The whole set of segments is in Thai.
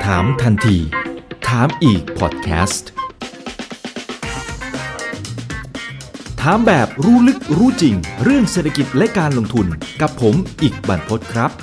ถามทันทีถามอีกพอดแคสต์ถามแบบรู้ลึกรู้จริงเรื่องเศรษฐกิจและการลงทุนกับผมอีกบรรพตครับ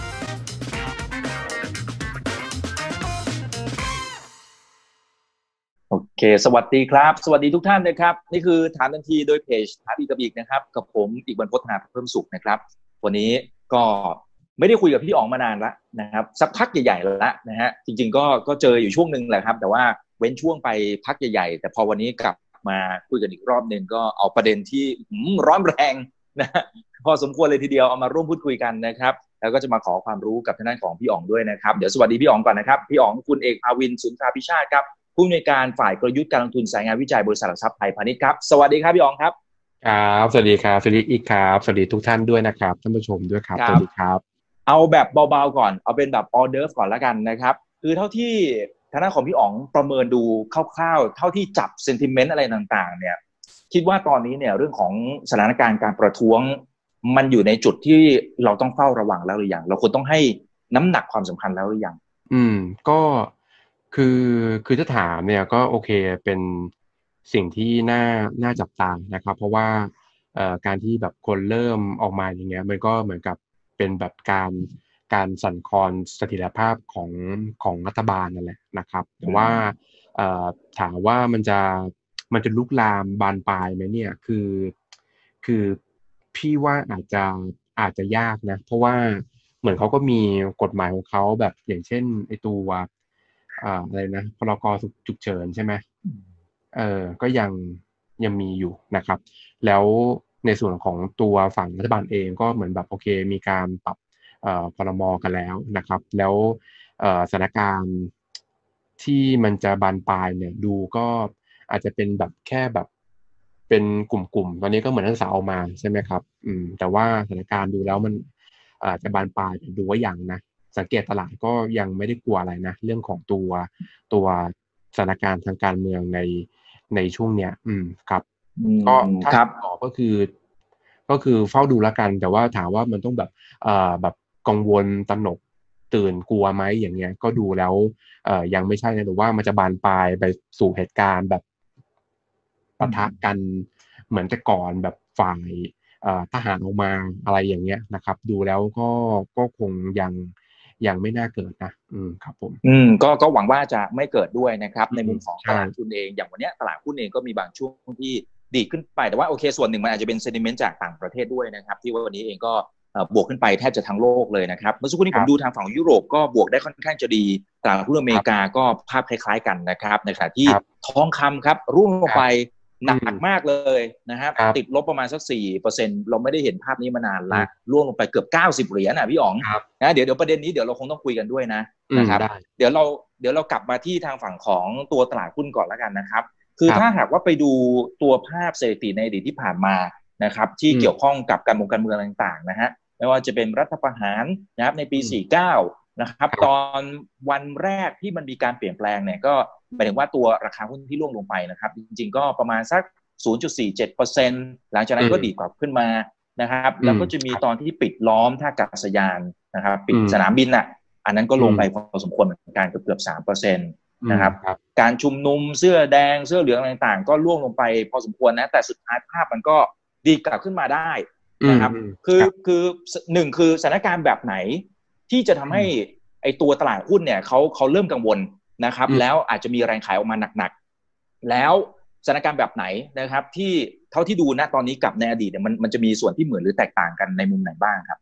โอเคสวัสดีครับสวัสดีทุกท่านนะครับนี่คือถามทันทีโดยเพจถามอีกกับอีกนะครับกับผมอีกบรรพต เพิ่มสุขนะครับวันนี้ก็ไม่ได้คุยกับพี่อ๋องมานานละนะครับสักพักใหญ่ๆแล้วนะฮะจริงๆก็เจออยู่ช่วงนึงแหละครับแต่ว่าเว้นช่วงไปพักใหญ่ๆแต่พอวันนี้กลับมาคุยกันอีกรอบนึงก็เอาประเด็นที่ร้อนแรงนะพอสมควรเลยทีเดียวเอามาร่วมพูดคุยกันนะครับแล้วก็จะมาขอความรู้กับทางด้านของพี่อ๋องด้วยนะครับเดี๋ยวสวัสดีพี่อ๋องก่อนนะครับพี่อ๋องคุณเอกภาวินสุนทราภิชาติครับผู้อำนวยการฝ่ายกลยุทธ์การลงทุนสายงานวิจัยบริษัทหลักทรัพย์ไทยพาณิชย์ครับสวัสดีครับพี่อ๋องครับครับสวัสดีครับสวัสดีอีกครับสวัสดีทุกท่านด้วยนะครับท่านผู้ชมด้วยครับสวัสดีครับเอาแบบเบาๆก่อนเอาเป็นแบบออเดิร์ฟก่อนแล้วกันนะครับคือเท่าที่ทางด้านของพี่อ๋องประเมินดูคร่าวๆเท่าที่จับเซนติเมนต์อะไรต่างๆเนี่ยคิดว่าตอนนี้เนี่ยเรื่องของสถานการณ์การประท้วงมันอยู่ในจุดที่เราต้องเฝ้าระวังแล้วหรือยังเราควรต้องให้น้ำหนักความสำคัญแล้วหรือยังก็คือถ้าถามเนี่ยก็โอเคเป็นสิ่งที่น่าจับตานะครับเพราะว่าการที่แบบคนเริ่มออกมาอย่างเงี้ยมันก็เหมือนกับเป็นแบบการสั่นคลอนเสถียรภาพของรัฐบาลนั่นแหละนะครับแต่ว่าถามว่ามันจะลุกลามบานปลายไหมเนี่ยคือพี่ว่าอาจจะยากนะเพราะว่าเหมือนเขาก็มีกฎหมายของเขาแบบอย่างเช่นไอ้ตัวอะไรนะพรก.ฉุกเฉินใช่ไหมก็ยังมีอยู่นะครับแล้วในส่วนของตัวฝั่งรัฐบาลเองก็เหมือนแบบโอเคมีการปรับพรม.กันแล้วนะครับแล้วสถานการณ์ที่มันจะบานปลายเนี่ยดูก็อาจจะเป็นแบบแค่แบบเป็นกลุ่มๆตอนนี้ก็เหมือนนักศึกษาออกมาใช่ไหมครับแต่ว่าสถานการณ์ดูแล้วมันจะบานปลายดูว่าอย่างนะสังเกตตลาดก็ยังไม่ได้กลัวอะไรนะเรื่องของตัวสถานการณ์ทางการเมืองในช่วงเนี้ยครับก็ถ้าตอบก็คือเฝ้าดูแล้วกันแต่ว่าถามว่ามันต้องแบบกังวลตระหนกตื่นกลัวไหมอย่างเงี้ยก็ดูแล้วยังไม่ใช่นะหรือว่ามันจะบานปลายไปสู่เหตุการณ์แบบปะทะกันเหมือนแต่ก่อนแบบฝ่ายทหารออกมาอะไรอย่างเงี้ยนะครับดูแล้วก็คงยังไม่น่าเกิดนะครับผมก็หวังว่าจะไม่เกิดด้วยนะครับในมุมของตลาดทุนเองอย่างวันนี้ตลาดหุ้นเองก็มีบางช่วงที่ดีขึ้นไปแต่ว่าโอเคส่วนหนึ่งมันอาจจะเป็นเซนติเมนต์จากต่างประเทศด้วยนะครับที่ว่าวันนี้เองก็บวกขึ้นไปแทบจะทั้งโลกเลยนะครับเมื่อสักครู่นี้ผมดูทางฝั่งยุโรปก็บวกได้ค่อนข้างจะดีตลาดหุ้นอเมริกาก็ภาพคล้ายๆกันนะครับในขณะที่ทองคำครับร่วงลงไปหนักมากเลยนะครับติดลบประมาณสัก 4% เราไม่ได้เห็นภาพนี้มานานละร่วงลงไปเกือบ90 เหรียญนะพี่อ๋องนะเดี๋ยวประเด็นนี้เดี๋ยวเราคงต้องคุยกันด้วยนะครับเดี๋ยวเรากลับมาที่ทางฝั่งของตัวตลาดหุ้นก่อนแล้วกันนะครับคือถ้าหากว่าไปดูตัวภาพสถิติในอดีตที่ผ่านมานะครับที่เกี่ยวข้องกับการเมืองต่างๆนะฮะไม่ว่าจะเป็นรัฐประหารนะครับในปี49นะครับตอนวันแรกที่มันมีการเปลี่ยนแปลงเนี่ยก็หมายถึงว่าตัวราคาหุ้นที่ร่วงลงไปนะครับจริงๆก็ประมาณสัก 0.47% หลังจากนั้นก็ดีดกลับขึ้นมานะครับแล้วก็จะมีตอนที่ปิดล้อมท่าอากาศยานนะครับปิดสนามบินน่ะอันนั้นก็ลงไปพอสมควรเหมือนกันเกือบ 3% นะครับการชุมนุมเสื้อแดงเสื้อเหลืองต่างๆก็ร่วงลงไปพอสมควรนะแต่สุดท้ายภาพมันก็ดีกลับขึ้นมาได้นะครับคือหนึ่งคือสถานการณ์แบบไหนที่จะทำให้ไอตัวตลาดหุ้นเนี่ยเขาเริ่มกังวลนะครับแล้วอาจจะมีแรงขายออกมาหนักๆแล้วสถานการณ์แบบไหนนะครับที่เท่าที่ดูนะตอนนี้กับในอดีตเนี่ยมันจะมีส่วนที่เหมือนหรือแตกต่างกันในมุมไหนบ้างครับ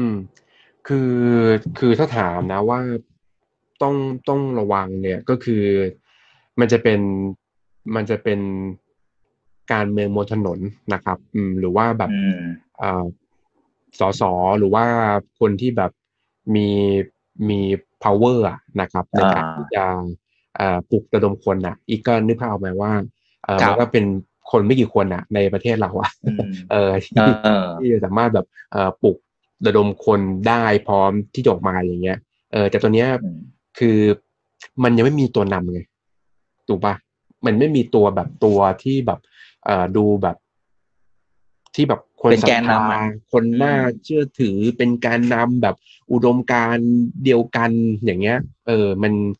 คือถ้าถามนะว่าต้องระวังเนี่ยก็คือมันจะเป็นการเมืองบนถนนนะครับหรือว่าแบบสสหรือว่าคนที่แบบมี power นะครับในการที่จะปลุกระดมคนอีกก็นึกภาพออกไหมว่ามันก็เป็นคนไม่กี่คนในประเทศเราที่สามารถแบบปลุกระดมคนได้พร้อมที่จะออกมาอย่างเงี้ยแต่ตัวเนี้ยคือมันยังไม่มีตัวนำไงถูกปะมันไม่มีตัวแบบตัวที่แบบดูแบบที่แบบคนเป็นแกนนำคนน่าเชื่อถือเป็นการนำแบบอุดมการณ์เดียวกันอย่างเงี้ยมัน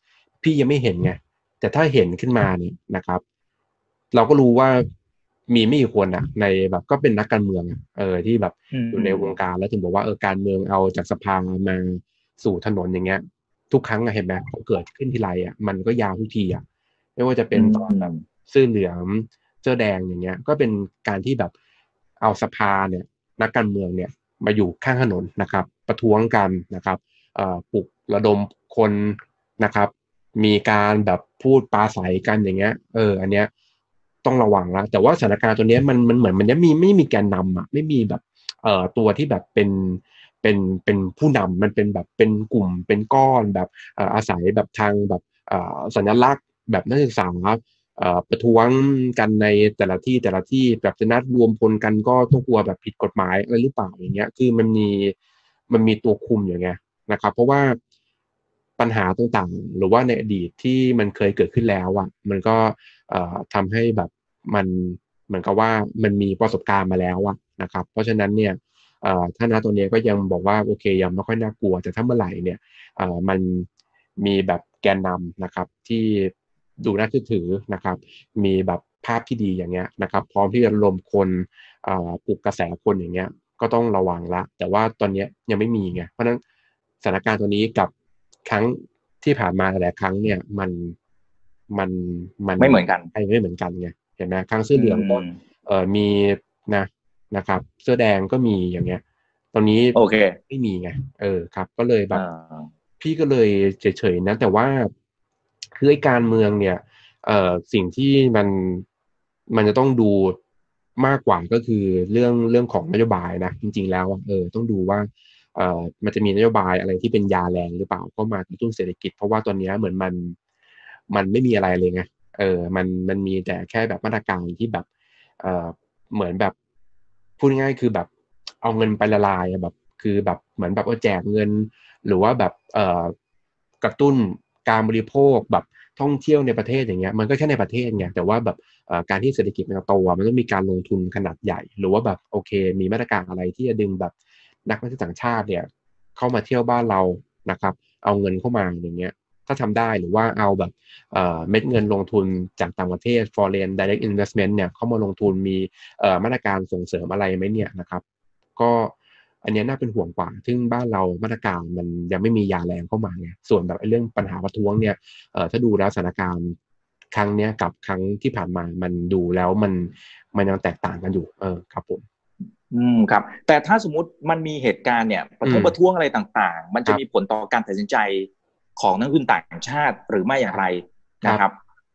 พี่ยังไม่เห็นไงแต่ถ้าเห็นขึ้นมาเนี่ยนะครับเราก็รู้ว่ามีไม่กี่คนอะในแบบก็เป็นนักการเมืองที่แบบอยู่ในวงการแล้วถึงบอกว่าการเมืองเอาจากสภามาสู่ถนนอย่างเงี้ยทุกครั้งอะเห็นไหมพอเกิดขึ้นทีไรอะมันก็ยาวทุกทีอะไม่ว่าจะเป็นตอนแบบเสื้อเหลืองเสื้อแดงอย่างเงี้ยก็เป็นการที่แบบเอาสภาเนี่ยนักการเมืองเนี่ยมาอยู่ข้างถนนนะครับประท้วงกันนะครับปลุกระดมคนนะครับมีการแบบพูดปราศัยกันอย่างเงี้ยอันเนี้ยต้องระวังแล้วแต่ว่าสถานการณ์ตัวนี้มันเหมือนมันไม่มีแกนนำอ่ะไม่มีแบบตัวที่แบบเป็นผู้นำมันเป็นแบบเป็นกลุ่มเป็นก้อนแบบอาศัยแบบทางแบบสัญลักษณ์แบบนักศึกษาประท้วงกันในแต่ละที่แบบจะนัดรวมพลกันก็ต้องกลัวแบบผิดกฎหมายอะไรหรือเปล่าอย่างเงี้ยคือมันมีตัวคุมอย่างเงี้ยนะครับเพราะว่าปัญหาต่างๆหรือว่าในอดีตที่มันเคยเกิดขึ้นแล้วอ่ะมันก็ทำให้แบบมันเหมือนกับว่ามันมีประสบการณ์มาแล้วอะนะครับเพราะฉะนั้นเนี่ยถ้าณตรงนี้ก็ยังบอกว่าโอเคยังไม่ค่อยน่ากลัวแต่ถ้าเมื่อไหร่เนี่ยมันมีแบบแกนนำนะครับที่ดูน่าเชื่อถือนะครับมีแบบภาพที่ดีอย่างเงี้ยนะครับพร้อมที่จะรวมคนปลุกกระแสคนอย่างเงี้ยก็ต้องระวังละแต่ว่าตอนนี้ยังไม่มีไงเพราะฉะนั้นสถานการณ์ตัวนี้กับครั้งที่ผ่านมาหลายครั้งเนี่ยมันไม่เหมือนกันไม่เหมือนกันไงเห็นไหมครั้งเสื้อเหลืองก็มีนะครับเสื้อแดงก็มีอย่างเงี้ยตอนนี้โอเคไม่มีไงครับก็เลยแบบพี่ก็เลยเฉยๆนะแต่ว่าคือไอ้การเมืองเนี่ยสิ่งที่มันจะต้องดูมากกว่าก็คือเรื่องของนโยบายนะจริงๆแล้วต้องดูว่ามันจะมีนโยบายอะไรที่เป็นยาแรงหรือเปล่าก็มากระตุ้นเศรษฐกิจเพราะว่าตอนนี้เหมือนมันไม่มีอะไรเลยไงมันมีแต่แค่แบบมาตรการที่แบบเหมือนแบบพูดง่ายๆคือแบบเอาเงินไปละลายแบบคือแบบเหมือนแบบแจกเงินหรือว่าแบบกระตุ้นการบริโภคแบบท่องเที่ยวในประเทศอย่างเงี้ยมันก็แค่ในประเทศไงแต่ว่าแบบการที่เศรษฐกิจมันโตมันต้องมีการลงทุนขนาดใหญ่หรือว่าแบบโอเคมีมาตรการอะไรที่จะดึงแบบนักท่องเที่ยวต่างชาติเนี่ยเข้ามาเที่ยวบ้านเรานะครับเอาเงินเข้ามาอย่างเงี้ยถ้าทำได้หรือว่าเอาแบบเม็ดเงินลงทุนจากต่างประเทศ foreign direct investment เนี่ยเข้ามาลงทุนมีมาตรการส่งเสริมอะไรไหมเนี่ยนะครับก็อันนี้น่าเป็นห่วงกว่าซึ่งบ้านเรามาตรการมันยังไม่มียาแรงเข้ามาไงส่วนแบบเรื่องปัญหาประท้วงเนี่ยถ้าดูแล้วสถานการณ์ครั้งนี้กับครั้งที่ผ่านมามันดูแล้วมันยังแตกต่างกันอยู่ครับผมครับแต่ถ้าสมมุติมันมีเหตุการณ์เนี่ยประท้วงอะไรต่างๆมันจะมีผลต่อการตัดสินใจของนักลงทุนต่างชาติหรือไม่อย่างไรนะครับ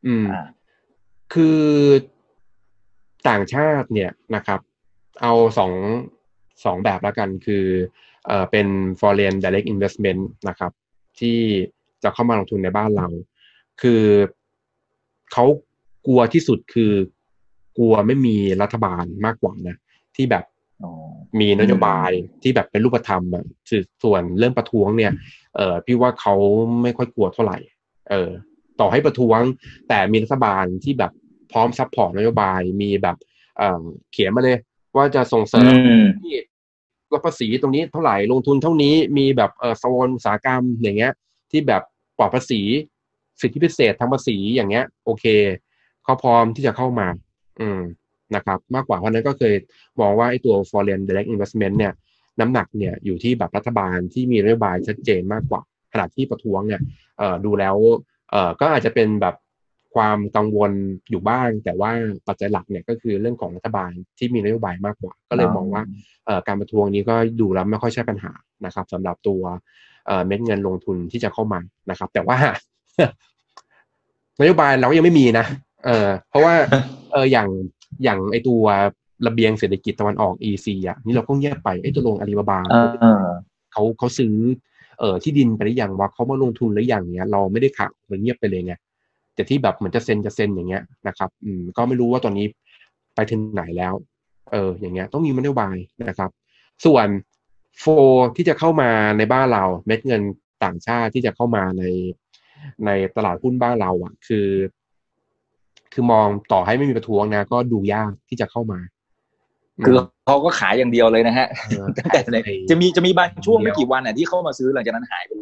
คือต่างชาติเนี่ยนะครับเอาสองแบบแล้วกันคือเป็น foreign direct investment นะครับที่จะเข้ามาลงทุนในบ้านเราคือเขากลัวที่สุดคือกลัวไม่มีรัฐบาลมากกว่านะที่แบบมีนโยบายที่แบบเป็นรูปธรรมอ่ะส่วนเรื่องประท้วงเนี่ยพี่ว่าเขาไม่ค่อยกลัวเท่าไหร่ต่อให้ประท้วงแต่มีรัฐบาลที่แบบพร้อมซัพพอร์ตนโยบายมีแบบเขียนมาเลยว่าจะส่งเสริมที่ลดภาษีตรงนี้เท่าไหร่ลงทุนเท่านี้มีแบบโซนอุตสาหกรรมอย่างเงี้ยที่แบบปลอดภาษีสิทธิพิเศษทางภาษีอย่างเงี้ยโอเคเขาพร้อมที่จะเข้ามานะครับมากกว่าเพราะนั้นก็เคยมองว่าไอ้ตัว foreign direct investment เนี่ยน้ำหนักเนี่ยอยู่ที่แบบรัฐบาลที่มีนโยบายชัดเจนมากกว่าขณะที่ประท้วงเนี่ยดูแล้วก็อาจจะเป็นแบบความกังวลอยู่บ้างแต่ว่าปัจจัยหลักเนี่ยก็คือเรื่องของรัฐบาลที่มีนโยบายมากกว่าก็เลยมองว่าการประท้วงนี้ก็ดูแล้วไม่ค่อยใช่ปัญหานะครับสำหรับตัวเม็ดเงินลงทุนที่จะเข้ามานะครับแต่ว่านโยบายเรายังไม่มีนะเพราะว่าอย่างไอตัวระเบียงเศรษฐกิจตะวันออก EC อ่ะนี่เราก็เงียบไปไอตัวลงอาลีบาบาเขาซื้อที่ดินไปหรือยังว่าเขามาลงทุนหรือยังเนี้ยเราไม่ได้ข่าวมันเงียบไปเลยไงแต่ที่แบบเหมือนจะเซ็นอย่างเงี้ยนะครับก็ไม่รู้ว่าตอนนี้ไปถึงไหนแล้วอย่างเงี้ยต้องมีนโยบายนะครับส่วนโฟที่จะเข้ามาในบ้านเราเม็ดเงินต่างชาติที่จะเข้ามาในตลาดหุ้นบ้านเราอ่ะคือมองต่อให้ไม่มีประท้วงนะก็ดูยากที่จะเข้ามาคือเขาก็ขายอย่างเดียวเลยนะฮะตั้งแต่จะมีบางช่วงไม่กี่วันที่เข้ามาซื้อหลังจากนั้นหายไปเลย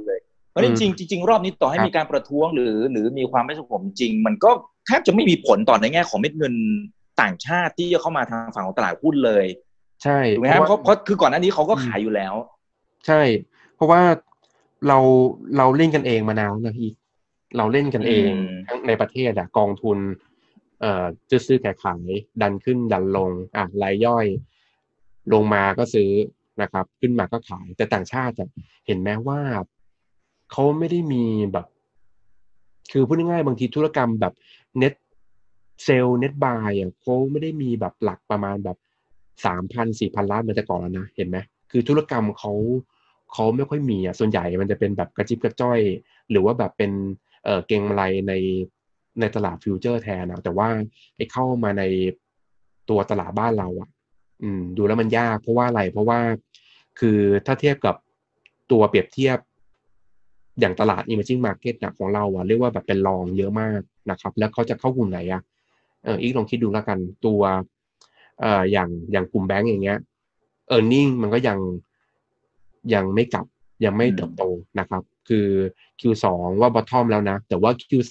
เพราะจริงรอบนี้ต่อให้มีการประท้วงหรือมีความไม่สงบจริงมันก็แทบจะไม่มีผลต่อในแง่ของเม็ดเงินต่างชาติที่จะเข้ามาทางฝั่งของตลาดหุ้นเลยใช่ถูกไหมครับเพราะคือก่อนหน้านี้เขาก็ขายอยู่แล้วใช่เพราะว่าเราเล่นกันเองมานานนะพี่เราเล่นกันเองทั้งในประเทศกองทุนซื้อขายดันขึ้นดันลงรายย่อยลงมาก็ซื้อนะครับขึ้นมาก็ขายแต่ต่างชาติเห็นไหมว่าเขาไม่ได้มีแบบคือพูดง่ายๆบางทีธุรกรรมแบบเน็ตเซลล์เน็ตบายเขาไม่ได้มีแบบหลักประมาณแบบ 3,000-4,000 ล้านเหมือนแต่ก่อนแล้วนะเห็นไหมคือธุรกรรมเขาไม่ค่อยมีส่วนใหญ่มันจะเป็นแบบกระจิบกระจ้อยหรือว่าแบบเป็นเก็งกำไรในตลาดฟิวเจอร์แทนนะแต่ว่าไอ้เข้ามาในตัวตลาดบ้านเราดูแล้วมันยากเพราะว่าอะไรเพราะว่าคือถ้าเทียบกับตัวเปรียบเทียบอย่างตลาด emerging market ของเราเรียกว่าแบบเป็นรองเยอะมากนะครับแล้วเขาจะเข้ากลุ่มไหนอีกลองคิดดูแล้วกันตัวอย่างกลุ่มแบงก์อย่างเงี้ยearning มันก็ยังไม่กลับยังไม่เติบโตนะครับคือ Q2 ว่า bottom แล้วนะแต่ว่า Q3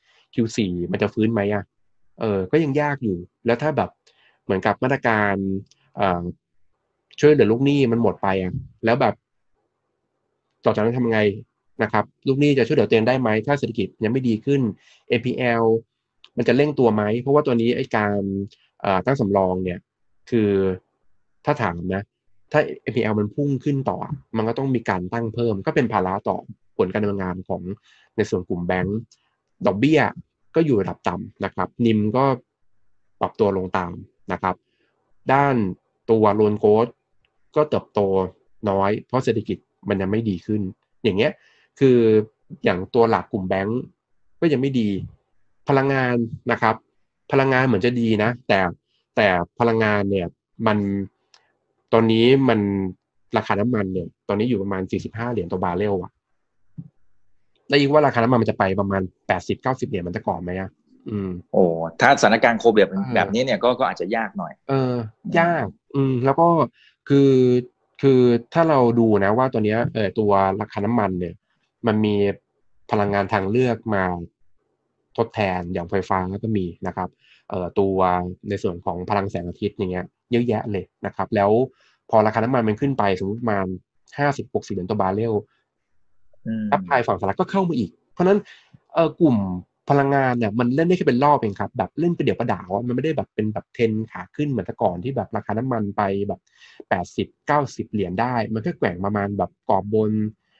Q4 มันจะฟื้นไหมก็ยังยากอยู่แล้วถ้าแบบเหมือนกับมาตรการช่วยเหลือลูกหนี้มันหมดไปแล้วแบบต่อจากนั้นทำไงนะครับลูกหนี้จะช่วยเหลือตัวเองได้ไหมถ้าเศรษฐกิจยังไม่ดีขึ้น NPL มันจะเร่งตัวไหมเพราะว่าตัวนี้ไอ้การตั้งสำรองเนี่ยคือถ้าถามนะถ้า NPL มันพุ่งขึ้นต่อมันก็ต้องมีการตั้งเพิ่มก็เป็นภาระต่อผลการดำเนินงานของในส่วนกลุ่มแบงก์ดอกเบี้ยก็อยู่ระดับต่ำนะครับนิมก็ปรับตัวลงตามนะครับด้านตัวโลนโกรทก็เติบโตน้อยเพราะเศรษฐกิจมันยังไม่ดีขึ้นอย่างเงี้ยคืออย่างตัวหลักกลุ่มแบงก์ก็ยังไม่ดีพลังงานนะครับพลังงานเหมือนจะดีนะแต่พลังงานเนี่ยมันตอนนี้มันราคาน้ำมันเนี่ยตอนนี้อยู่ประมาณ$45ต่อบาร์เรลแล้วอีกว่าราคาน้ำมันมันจะไปประมาณ$80-90เหรียญมันจะก่อนไหมโอ้ถ้าสถานการณ์โควิดแบบนี้เนี่ยก็อาจจะยากหน่อยยากแล้วก็คือถ้าเราดูนะว่าตัวเนี้ยตัวราคาน้ำมันเนี่ยมันมีพลังงานทางเลือกมาทดแทนอย่างไฟฟ้าก็มีนะครับตัวในส่วนของพลังแสงอาทิตย์อย่างเงี้ยเยอะแยะเลยนะครับแล้วพอราคาน้ำมันมันขึ้นไปสมมติประมาณ$50-60ต่อบาร์เรลซัพพลายฝั่งสหรัฐก็เข้ามาอีกเพราะนั้นกลุ่มพลังงานเนี่ยมันเล่นได้แค่เป็นรอบเองครับแบบเล่นเป็นเดี๋ยวประดาวมันไม่ได้แบบเป็นแบบเทรนขาขึ้นเหมือนแต่ก่อนที่แบบราคาน้ำมันไปแบบ$80-90เหรียญได้มันก็แกว่งประมาณแบบกรอบบน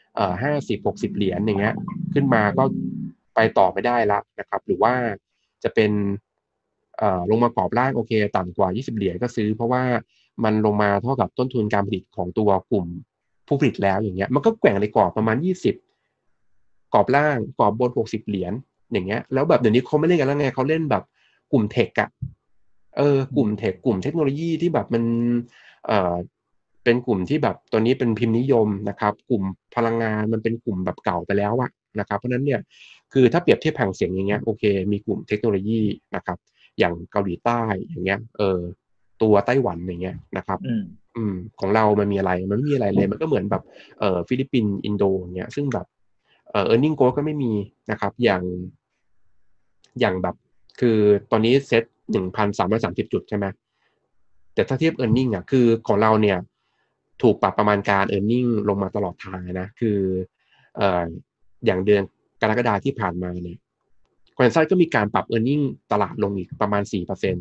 $50-60เหรียญอย่างเงี้ยขึ้นมาก็ไปต่อไม่ได้ละนะครับหรือว่าจะเป็นลงมากรอบล่างโอเคต่ำกว่า$20เหรียญก็ซื้อเพราะว่ามันลงมาเท่ากับต้นทุนการผลิตของตัวกลุ่มผู้ผลิตแล้วอย่างเงี้ยมันก็แกว่งในกรอบประมาณ20กรอบล่างกรอบบน$60เหรียญอย่างเงี้ยแล้วแบบเดี๋ยวนี้เขาไม่เล่นกันแล้วไงเขาเล่นแบบกลุ่มเทคกลุ่มเทคกลุ่มเทคโนโลยีที่แบบมันเป็นกลุ่มที่แบบตอนนี้เป็นพิมพ์นิยมนะครับกลุ่มพลังงานมันเป็นกลุ่มแบบเก่าไปแล้วนะครับเพราะนั้นเนี่ยคือถ้าเปรียบเทียบแผงเสียงอย่างเงี้ยโอเคมีกลุ่มเทคโนโลยีนะครับอย่างเกาหลีใต้อย่างเงี้ยตัวไต้หวันอย่างเงี้ยนะครับของเรามันมีอะไรมันไม่มีอะไรเลยมันก็เหมือนแบบฟิลิปปินส์อินโดอย่างเงี้ยซึ่งแบบearning growth ก็ไม่มีนะครับอย่างแบบคือตอนนี้เซ็ต 1,330 จุดใช่ไหมแต่ถ้าเทียบ earning คือของเราเนี่ยถูกปรับประมาณการ earning ลงมาตลอดทางนะคืออย่างเดือนกรกฎาคมที่ผ่านมาเนี่ยคอนเซนแซสก็มีการปรับ earning ตลาดลงอีกประมาณ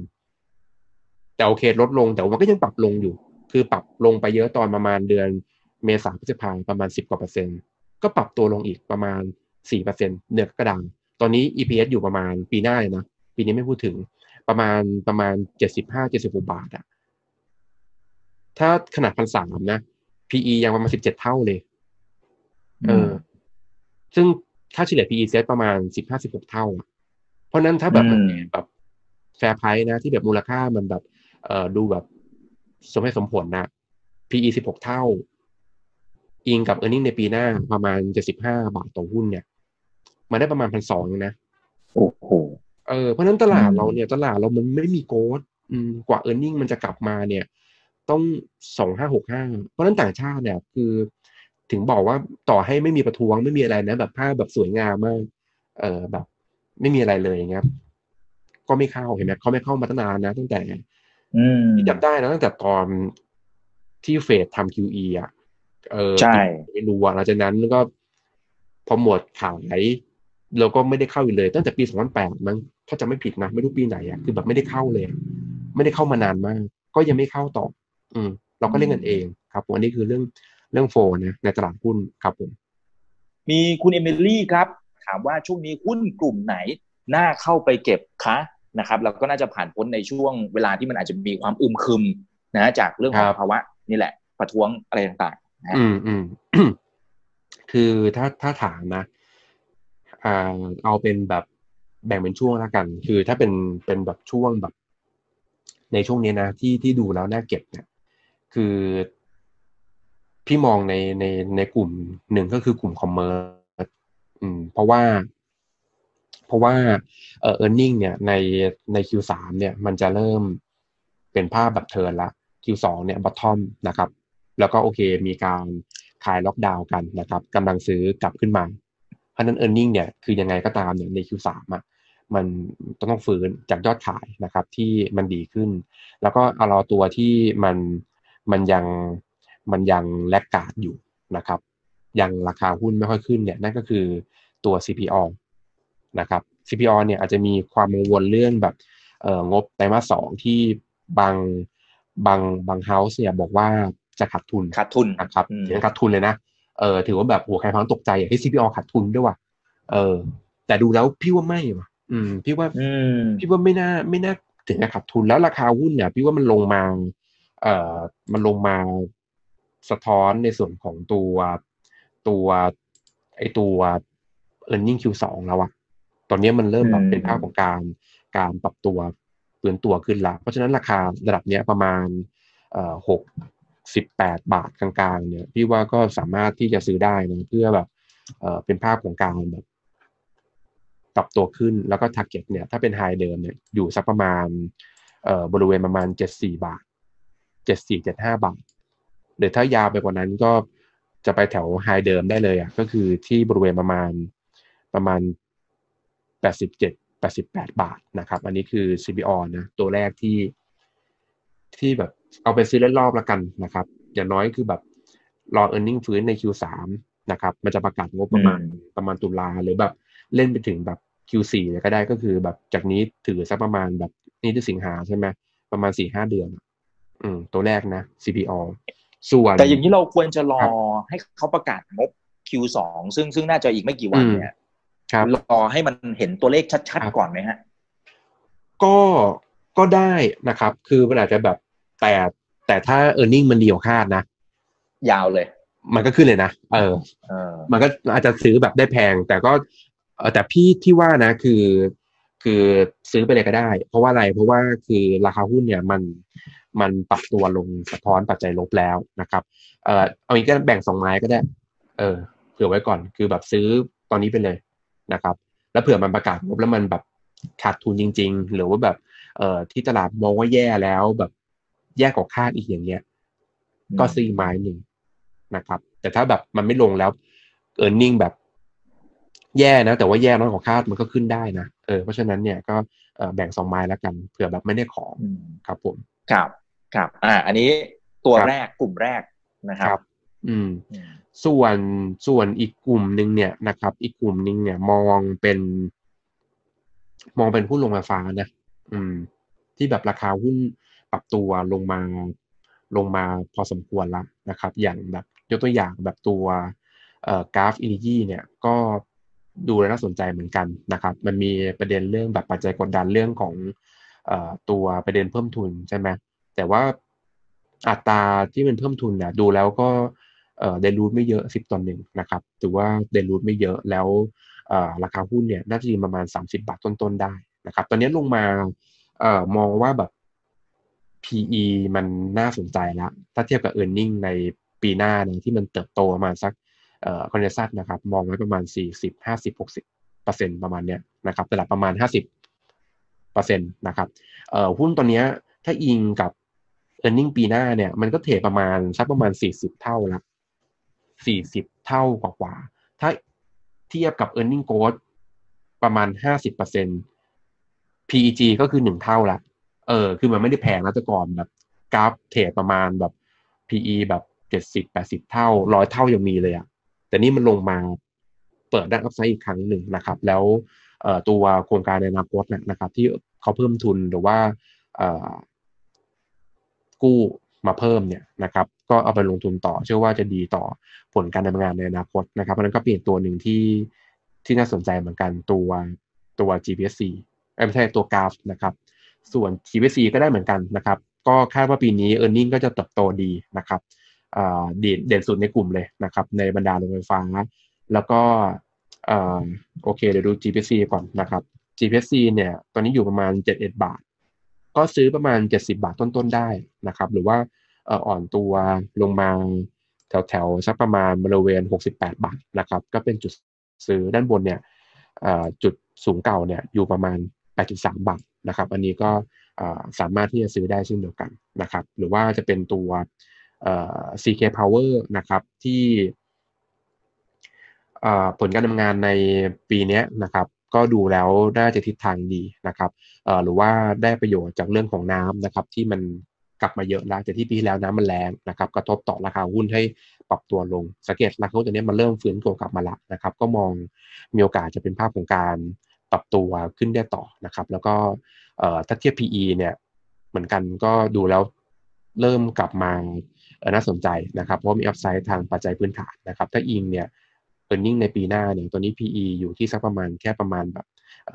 4% แต่โอเคลดลงแต่มันก็ยังปรับลงอยู่คือปรับลงไปเยอะตอนประมาณเดือนเมษายนพฤษภาคมประมาณ10 กว่าเปอร์เซ็นต์ก็ปรับตัวลงอีกประมาณ 4% เดือนกรกฎาคมตอนนี้ EPS อยู่ประมาณปีหน้าเลยนะปีนี้ไม่พูดถึงประมาณ75-76 บาทถ้าขนาด 1,300 นะ PE ยังประมาณ17 เท่าเลยซึ่งค่าเฉลี่ย PE เซตประมาณ15-16 เท่าเพราะนั้นถ้าแบบมันแบบแฟร์ไพรส์นะที่แบบมูลค่ามันแบบดูแบบสมเหตุสมผลนะ PE 16 เท่าอิงกับ earning ในปีหน้าประมาณ75 บาทต่อหุ้นเนี่ยมาได้ประมาณ 1,200 นะโอ้โหเพราะนั้นตลาดเรามันไม่มีโกลด์กว่า earning มันจะกลับมาเนี่ยต้อง2565เพราะนั้นต่างชาติเนี่ยคือถึงบอกว่าต่อให้ไม่มีประท้วงไม่มีอะไรนะแบบภาพแบบสวยงามมากแบบไม่มีอะไรเลยอย่างเงี้ยก็ไม่เข้าเห็นไหมเขาไม่เข้ามาตั้งนานนะตั้งแต่ที่จำได้นะตั้งแต่ตอนที่เฟดทำ QE อ่ะใช่ไม่รู้อ่ะหลังจากนั้นก็พอหมดขายเราก็ไม่ได้เข้าอีกเลยตั้งแต่ปี2008มั้งถ้าจำไม่ผิดนะไม่รู้ปีไหนอ่ะคือแบบไม่ได้เข้าเลยไม่ได้เข้ามานานมากก็ยังไม่เข้าต่อเราก็เล่นกันเองครับอันนี้คือเรื่องโฟนนะในตลาดหุ้นครับผมมีคุณเอมิลี่ครับถามว่าช่วงนี้หุ้นกลุ่มไหนน่าเข้าไปเก็บคะนะครับแล้วก็น่าจะผ่านพ้นในช่วงเวลาที่มันอาจจะมีความอึมครึมนะจากเรื่องของภาวะนี่แหละประท้วงอะไรต่างๆนะคือถ้าถามนะเอาเป็นแบบแบ่งเป็นช่วงแล้วกันคือถ้าเป็นแบบช่วงแบบในช่วงนี้นะที่ดูแล้วน่าเก็บเนี่ยคือพี่มองในกลุ่มหนึ่งก็คือกลุ่มคอมเมอร์สเพราะว่าearning เนี่ยใน Q3 เนี่ยมันจะเริ่มเป็นภาพแบบเทิร์นละ Q2 เนี่ย bottom นะครับแล้วก็โอเคมีการคลายล็อกดาวน์กันนะครับกำลังซื้อกลับขึ้นมาเพราะนั้น earning เนี่ยคือยังไงก็ตามเนี่ยใน Q3 อ่ะมันต้องฟื้นจากยอดขายนะครับที่มันดีขึ้นแล้วก็เอาตัวที่มันยังแลกขาดอยู่นะครับยังราคาหุ้นไม่ค่อยขึ้นเนี่ยนั่นก็คือตัว CPO นะครับ CPO เนี่ยอาจจะมีความกังวลเรื่องแบบงบไตรมาส 2ที่บางเฮาส์เนี่ยบอกว่าจะขาดทุนนะครับถึงขาดทุนเลยนะถือว่าแบบโหใครฟังตกใจอ่ะที่ CPO ขาดทุนด้วยว่ะแต่ดูแล้วพี่ว่าไม่ว่ะพี่ว่าไม่น่าถึงจะขาดทุนแล้วราคาหุ้นเนี่ยพี่ว่ามันลงมามันลงมาสะท้อนในส่วนของตัวearning Q2 แล้วอะตอนนี้มันเริ่มแบบเป็นภาพของการปรับตัวฟื้นตัวขึ้นละเพราะฉะนั้นราคาระดับเนี้ยประมาณ68 บาทกลางๆเนี่ยพี่ว่าก็สามารถที่จะซื้อได้นะเพื่อแบบเป็นภาพของการแบบปรับตัวขึ้นแล้วก็ target เนี่ยถ้าเป็นไฮเดิมเนี่ยอยู่สักประมาณบริเวณประมาณ74 บาท74-75 บาทหรือถ้ายาวไปกว่านั้นก็จะไปแถวไฮเดิมได้เลยอ่ะก็คือที่บริเวณประมาณ87-88 บาทนะครับอันนี้คือ CPO นะตัวแรกที่แบบเอาไปซื้อเล่นรอบละกันนะครับอย่างน้อยคือแบบรอ earning ฟื้นใน Q3 นะครับมันจะประกาศงบประมาณตุลาหรือแบบเล่นไปถึงแบบ Q4 เลยก็ได้ก็คือแบบจากนี้ถือสักประมาณแบบนี่ที่สิงหาใช่ไหมประมาณ 4-5 เดือนตัวแรกนะ CPO ส่วนแต่อย่างนี้เราควรจะรอให้เขาประกาศงบ Q2 ซึ่งน่าจะอีกไม่กี่วันเนี่ยรอให้มันเห็นตัวเลขชัดๆก่อนไหมฮะก็ได้นะครับคือมันอาจจะแบบแต่ถ้า earning มันดีกว่าคาดนะยาวเลยมันก็ขึ้นเลยนะมันก็อาจจะซื้อแบบได้แพงแต่ก็แต่พี่ที่ว่านะคือซื้อไปเลยก็ได้เพราะว่าอะไรเพราะว่าคือราคาหุ้นเนี่ยมันปรับตัวลงสะท้อนปัจจัยลบแล้วนะครับเอาอีกก็แบ่ง2 ไม้ก็ได้เผื่อไว้ก่อนคือแบบซื้อตอนนี้ไปเลยนะครับแล้วเผื่อมันประกาศงบแล้วมันแบบขาดทุนจริงๆหรือว่าแบบที่ตลาดมองว่าแย่แล้วแบบแย่กว่าคาดอีกอย่างเงี้ยก็ซื้อไม้หนึ่งนะครับแต่ถ้าแบบมันไม่ลงแล้ว earning แบบแย่นะแต่ว่าแย่น้อยกว่าคาดมันก็ขึ้นได้นะเพราะฉะนั้นเนี่ยก็แบ่ง2 ไม้แล้วกันเผื่อแบบไม่ได้ของครับผมครับอันนี้ตัวแรกกลุ่มแรกนะครับส่วนอีกกลุ่มนึงเนี่ยนะครับอีกกลุ่มนึงเนี่ยมองเป็นหุ้นโรงไฟฟ้านะที่แบบราคาหุ้นปรับตัวลงมาพอสมควรแล้วนะครับอย่างแบบยกตัวอย่างแบบตัวกราฟอินดี้เนี่ยก็ดูแล้วน่าสนใจเหมือนกันนะครับมันมีประเด็นเรื่องแบบปัจจัยกดดันเรื่องของตัวประเด็นเพิ่มทุนใช่ไหมแต่ว่าอัตราที่มันเพิ่มทุนเนี่ยดูแล้วก็เดลูทไม่เยอะ10:1นะครับถือว่าเดลูทไม่เยอะแล้วราคาหุ้นเนี่ยน่าจะอยู่ประมาณ30 บาทต้นๆได้นะครับตอนนี้ลงมามองว่าแบบ PE มันน่าสนใจแล้วถ้าเทียบกับ earning ในปีหน้าเนี่ยที่มันเติบโตประมาณสักคอนเนซัสนะครับมองไว้ประมาณ40 50 60% ประมาณเนี้ยนะครับตลาดประมาณ50%นะครับหุ้นตัวเนี้ยถ้าอิงกับ earning ปีหน้าเนี่ยมันก็เทรดประมาณสักประมาณ40 เท่าละ 40เท่ากว่าถ้าเทียบกับ earning growth ประมาณ 50% PEG ก็คือ1เท่าละคือมันไม่ได้แพงนะแต่ก่อนแบบกราฟเทรดประมาณแบบ PE แบบ70-80เท่า100เท่ายังมีเลยอ่ะแต่นี่มันลงมาเปิดด้านอัพไซด์อีกครั้งหนึ่งนะครับแล้วตัวโครงการในอนาคตนะครับที่เขาเพิ่มทุนหรือว่ากู้มาเพิ่มเนี่ยนะครับก็เอาไปลงทุนต่อเชื่อว่าจะดีต่อผลการดำเนินงานในอนาคตนะครับเพราะนั้นก็เป็นตัวหนึ่งที่น่าสนใจเหมือนกันตัว GPSC ไม่ใช่ตัวกราฟนะครับส่วน GPSC ก็ได้เหมือนกันนะครับก็คาดว่าปีนี้ earning ก็จะเติบโตดีนะครับเด่นสุดในกลุ่มเลยนะครับในบรรดาโรงไฟฟ้าแล้วก็โอเคเดี๋ยวดู GPSC ก่อนนะครับ GPSC เนี่ยตอนนี้อยู่ประมาณ71 บาทก็ซื้อประมาณ70 บาทต้นๆได้นะครับหรือว่าอ่อนตัวลงมาแถวสักประมาณบริเวณ68 บาทนะครับก็เป็นจุดซื้อด้านบนเนี่ยจุดสูงเก่าเนี่ยอยู่ประมาณ 8.3 บาทนะครับอันนี้ก็สามารถที่จะซื้อได้เช่นเดียวกันนะครับหรือว่าจะเป็นตัวCK Power นะครับที่ผลการดำเนินงานในปีนี้นะครับก็ดูแล้วน่าจะทิศทางดีนะครับหรือว่าได้ประโยชน์จากเรื่องของน้ำนะครับที่มันกลับมาเยอะแล้วแต่ที่ปีที่แล้วน้ำมันแรงนะครับกระทบต่อราคาหุ้นให้ปรับตัวลงสังเกตราคาหุ้นตัวนี้มันเริ่มฟื้นตัวกลับมาละนะครับก็มองมีโอกาสจะเป็นภาพของการปรับตัวขึ้นได้ต่อนะครับแล้วก็ถ้าเทียบ PE เนี่ยเหมือนกันก็ดูแล้วเริ่มกลับมาน่าสนใจนะครับเพราะมีอัพไซด์ทางปัจจัยพื้นฐานนะครับถ้าอิงเนี่ยearning ในปีหน้าเนี่ยตัวนี้ PE อยู่ที่สักประมาณแค่ประมาณแบบ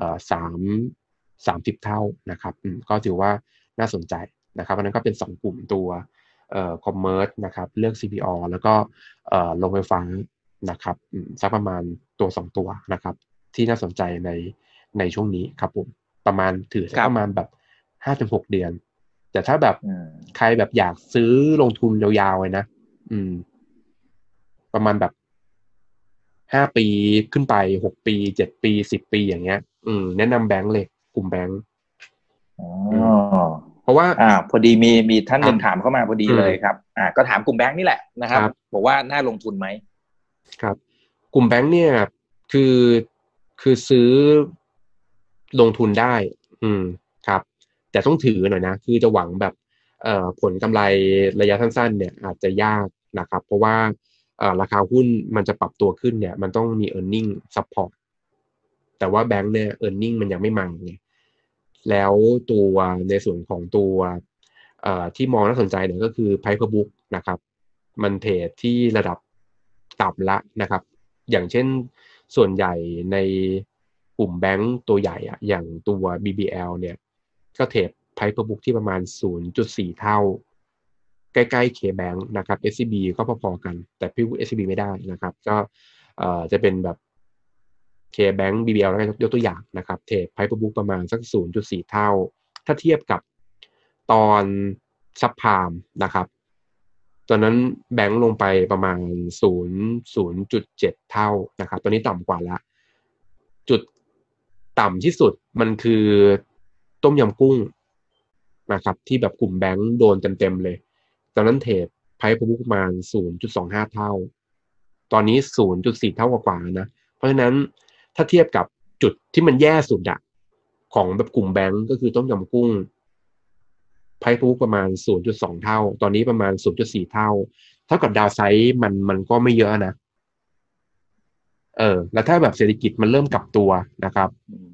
30เท่านะครับก็ถือว่าน่าสนใจนะครับเพราะนั้นก็เป็น2กลุ่มตัวcommerce นะครับเลือก CPO แล้วก็โรงไฟฟ้านะครับสักประมาณตัว2ตัวนะครับที่น่าสนใจในช่วงนี้ครับผมประมาณถือสักประมาณแบบ 5-6 เดือนแต่ถ้าแบบใครแบบอยากซื้อลงทุนยาวๆเลยนะประมาณแบบ5 ปีขึ้นไป6 ปี7 ปี10 ปีอย่างเงี้ยแนะนำแบงค์เลยกลุ่มแบงค์เพราะว่าพอดีมีท่านหนึ่งถามเข้ามาพอดีเลยครับก็ถามกลุ่มแบงค์นี่แหละนะครับบอกว่าน่าลงทุนไหมครับกลุ่มแบงค์เนี่ยคือซื้อลงทุนได้ครับแต่ต้องถือหน่อยนะคือจะหวังแบบผลกำไรระยะสั้นๆเนี่ยอาจจะยากนะครับเพราะว่าราคาหุ้นมันจะปรับตัวขึ้นเนี่ยมันต้องมี earning support แต่ว่าแบงค์เนี่ย earning มันยังไม่มาไงแล้วตัวในส่วนของตัวที่มองน่าสนใจเนี่ยก็คือ Price per book นะครับมันเทรดที่ระดับต่ำละนะครับอย่างเช่นส่วนใหญ่ในกลุ่มแบงค์ตัวใหญ่อะอย่างตัว BBL เนี่ยก็เทรด Price per book ที่ประมาณ 0.4 เท่าใกล้ๆ KBank นะครับ SCB ก็พอๆกันแต่พี่พูด SCB ไม่ได้นะครับก็จะเป็นแบบ KBank BBL แล้วก็ยกตัวอย่างนะครับเทรด Price per book ประมาณสัก 0.4 เท่าถ้าเทียบกับตอนซับไพรม์นะครับตอนนั้นแบงค์ลงไปประมาณ 0.7 เท่านะครับตอนนี้ต่ำกว่าละจุดต่ำที่สุดมันคือต้มยำกุ้งนะครับที่แบบกลุ่มแบงค์โดนเต็มๆเลยตอนนั้นเทรด Price per book ประมาณ 0.25 เท่าตอนนี้ 0.4 เท่ากว่านะเพราะฉะนั้นถ้าเทียบกับจุดที่มันแย่สุดอะของแบบกลุ่มแบงค์ก็คือต้มยำกุ้งPrice per book ประมาณ 0.2 เท่าตอนนี้ประมาณ 0.4 เท่าเท่ากับดาวไซด์มันก็ไม่เยอะนะแล้วถ้าแบบเศรษฐกิจมันเริ่มกลับตัวนะครับ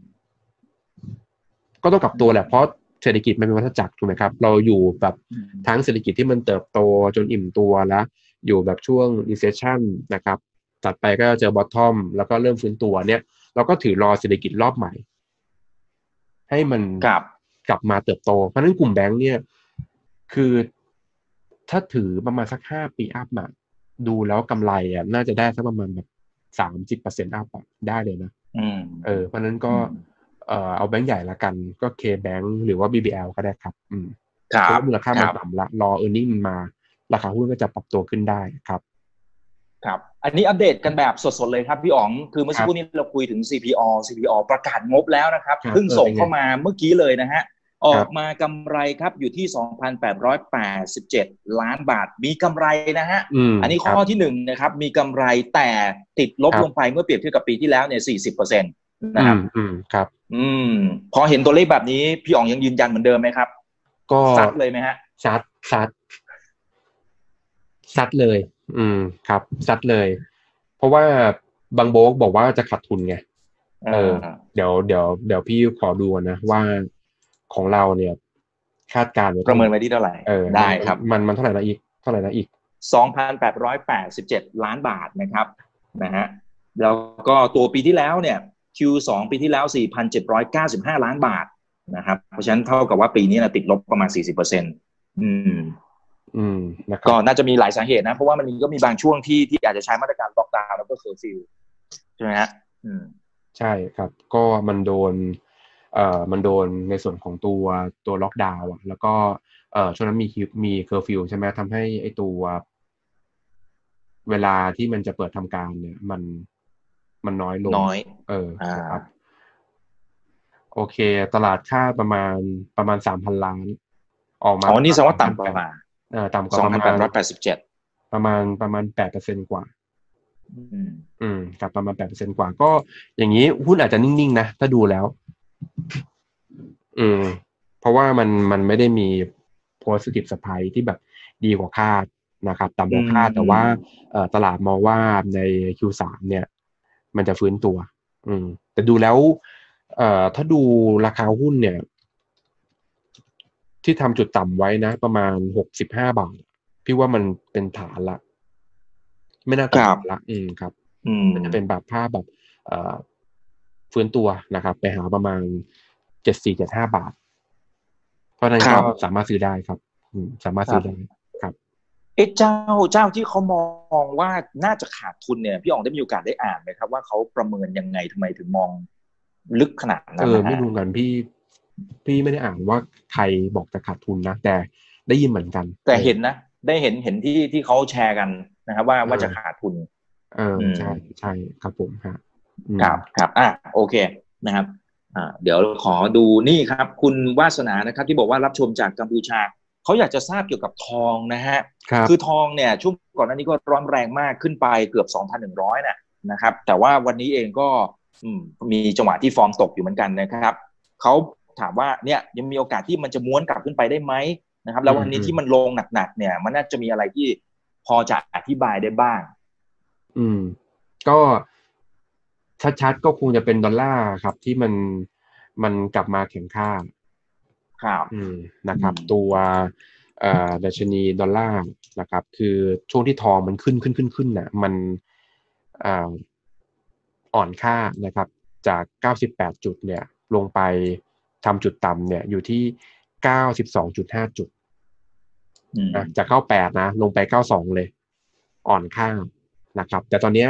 ก็ต้องกลับตัวแหละเพราะเศรษฐกิจมันเป็นวัฏจักรถูกไหมครับเราอยู่แบบทั้งเศรษฐกิจที่มันเติบโตจนอิ่มตัวแล้วอยู่แบบช่วง recession นะครับถัดไปก็เจอ bottom แล้วก็เริ่มฟื้นตัวเนี่ยเราก็ถือรอเศรษฐกิจรอบใหม่ให้มันกลับมาเติบโตเพราะฉะนั้นกลุ่มแบงค์เนี่ยคือถ้าถือประมาณสัก5 ปีอัพมาดูแล้วกำไรน่าจะได้สักประมาณแบบ30%อัพได้เลยนะเพราะฉะนั้นก็เอาแบงค์ใหญ่ละกันก็ KBank หรือว่า BBL ก็ได้ครับเพราะมูลค่ามันต่ำละรอ earning มันมาราคาหุ้นก็จะปรับตัวขึ้นได้ครับอันนี้อัปเดตกันแบบสดๆเลยครับพี่อ๋องคือเมื่อสักครู่นี้เราคุยถึง CPO ประกาศงบแล้วนะครับเพิ่งส่งเข้ามาเมื่อกี้เลยนะฮะออกมากำไรครับอยู่ที่ 2,887 ล้านบาทมีกำไรนะฮะอันนี้ข้อที่1นะครับมีกำไรแต่ติดลบลงไปเมื่อเปรียบเทียบกับปีที่แล้วเนี่ย 40% นะครับครับพอเห็นตัวเลขแบบนี้พี่อ๋องยังยืนยันเหมือนเดิมไหมครับก็ซัดเลยไหมฮะซัดเลยครับซัดเลยเพราะว่าบางโบกบอกว่าจะขาดทุนไงเดี๋ยวพี่ขอดูนะว่าของเราเนี่ยคาดการณ์ประเมินไว้ที่เท่าไหร่ได้ครับมันเท่าไหร่นะอีก 2,887 ล้านบาทนะครับนะฮะแล้วก็ตัวปีที่แล้วเนี่ย Q2 ปีที่แล้ว 4,795 ล้านบาทนะครับเพราะฉะนั้นเท่ากับว่าปีนี้นะติดลบประมาณ 40% นะครับก็น่าจะมีหลายสาเหตุนะเพราะว่ามันก็มีบางช่วงที่อาจจะใช้มาตรการล็อกดาวน์แล้วก็เคอร์ฟิวใช่ไหมฮะใช่ครับก็มันโดนในส่วนของตัวล็อกดาวน์แล้วก็ช่วงนั้นมีเคอร์ฟิวใช่ไหมทำให้ไอตัวเวลาที่มันจะเปิดทำการเนี่ยมันน้อยลงครับโอเคตลาดค่าประมาณ 3,000 ล้านออกมานี่แสดงว่าต่ำกว่า2,887 ประมาณ 8% กว่ากับประมาณ 8% กว่าก็อย่างนี้หุ้นอาจจะนิ่งๆนะถ้าดูแล้วเพราะว่ามันไม่ได้มี positive surprise ที่แบบดีกว่าคาดนะครับต่ำกว่าคาดแต่ว่าตลาดมองว่าใน Q3 เนี่ยมันจะฟื้นตัวแต่ดูแล้วถ้าดูราคาหุ้นเนี่ยที่ทำจุดต่ำไว้นะประมาณ65 บาทพี่ว่ามันเป็นฐานละไม่น่าต่ำละครับมันจะเป็นแบบภาพแบบฟื้นตัวนะครับไปหาประมาณ 74-75 บาทเพราะนั้นก็สามารถซื้อได้ครับสามารถซื้อได้ครับเจ้าที่เขามองว่าน่าจะขาดทุนเนี่ยพี่อ๋องได้มีโอกาสได้อ่านไหมครับว่าเขาประเมินยังไงทำไมถึงมองลึกขนาดนั้นไม่รู้กันพี่ไม่ได้อ่านว่าใครบอกจะขาดทุนนะแต่ได้ยินเหมือนกันแต่เห็นนะได้เห็นที่เขาแชร์กันนะครับว่าจะขาดทุนใช่ครับผมครับโอเคนะครับเดี๋ยวขอดูนี่ครับคุณวาสนานะครับที่บอกว่ารับชมจากกัมพูชาเขาอยากจะทราบเกี่ยวกับทองนะฮะคือทองเนี่ยช่วงก่อนหน้านี้ก็ร้อนแรงมากขึ้นไปเกือบ 2,100 นะครับแต่ว่าวันนี้เองก็มีจังหวะที่ฟอร์มตกอยู่เหมือนกันนะครับเขาถามว่าเนี่ยยังมีโอกาสที่มันจะม้วนกลับขึ้นไปได้ไหมนะครับแล้ววันนี้ที่มันลงหนักๆเนี่ยมันน่าจะมีอะไรที่พอจะอธิบายได้บ้างก็ชัดๆก็คงจะเป็นดอลลาร์ครับที่มันกลับมาแข็งค่าครับนะครับตัวดัชนีดอลลาร์นะครับคือช่วงที่ทองมันขึ้นน่ะมันอ่อนค่านะครับจาก98จุดเนี่ยลงไปทำจุดต่ำเนี่ยอยู่ที่ 92.5 จุดนะจาก98นะลงไป92เลยอ่อนค่านะครับแต่ตอนเนี้ย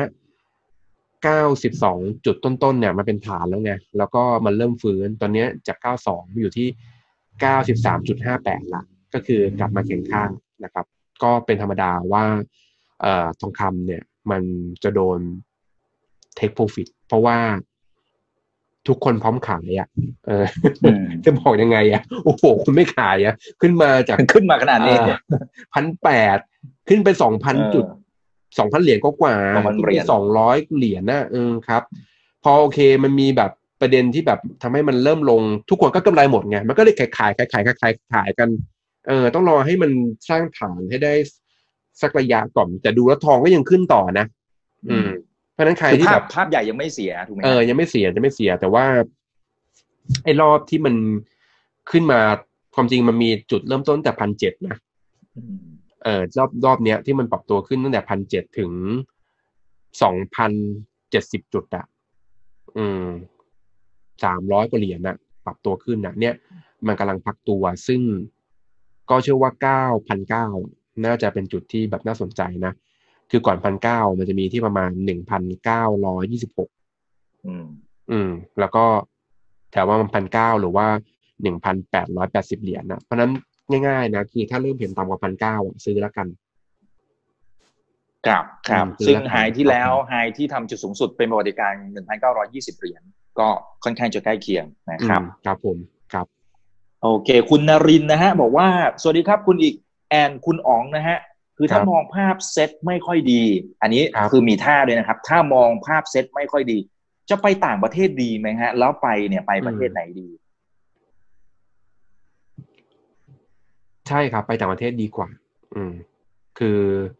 92จุดต้นๆเนี่ยมันเป็นฐานแล้วไงแล้วก็มันเริ่มฟื้นตอนนี้จาก92อยู่ที่ 93.58 ละก็คือกลับมาแข็งค่านะครับก็เป็นธรรมดาว่าทองคำเนี่ยมันจะโดน take profit เพราะว่าทุกคนพร้อมขายจะบอกยังไงโอ้โหคุณไม่ขายขึ้นมาขนาดนี้ 1,800 ขึ้นไป 2,000 จุด 2,000 เหรียญกว่า200 เหรียญนะครับพอโอเคมันมีแบบประเด็นที่แบบทำให้มันเริ่มลงทุกคนก็กำไรหมดไงมันก็เลยขายกันต้องรอให้มันสร้างฐานให้ได้สักระยะก่อนแต่ดูแล้วทองก็ยังขึ้นต่อนะเพราะนั้นใครที่แบบภาพใหญ่ยังไม่เสียถูกไหมยังไม่เสียแต่ว่าไอ้รอบที่มันขึ้นมาความจริงมันมีจุดเริ่มต้นแต่ 1,700 นะรอบเนี้ยที่มันปรับตัวขึ้นตั้งแต่ 1,700 ถึง 2,070 จุด300 กว่าเหรียญปรับตัวขึ้นเนี่ยมันกำลังพักตัวซึ่งก็เชื่อว่า 9,900 น่าจะเป็นจุดที่แบบน่าสนใจนะคือก่อน 1,900 มันจะมีที่ประมาณ 1,926 แล้วก็แถวว่ามัน 1,900 หรือว่า 1,880 เหรียญเพราะนั้นง่ายๆนะคือถ้าเริ่มเห็นต่ำกว่า 1,900 ซื้อแล้วกันครับซึ่งไฮที่แล้วไฮที่ทำจุดสูงสุดเป็นประวัติการ 1,920 เหรียญก็ค่อนข้างจะใกล้เคียงนะครับครับผมครับโอเคคุณนรินทร์นะฮะบอกว่าสวัสดีครับคุณอีกแอนคุณอ๋องนะฮะคือถ้ามองภาพเซตไม่ค่อยดีอันนี้คือมีท่าด้วยนะครับถ้ามองภาพเซตไม่ค่อยดีจะไปต่างประเทศดีไหมฮะแล้วไปเนี่ยไปประเทศไหนดีใช่ครับไปต่างประเทศดีกว่าคือ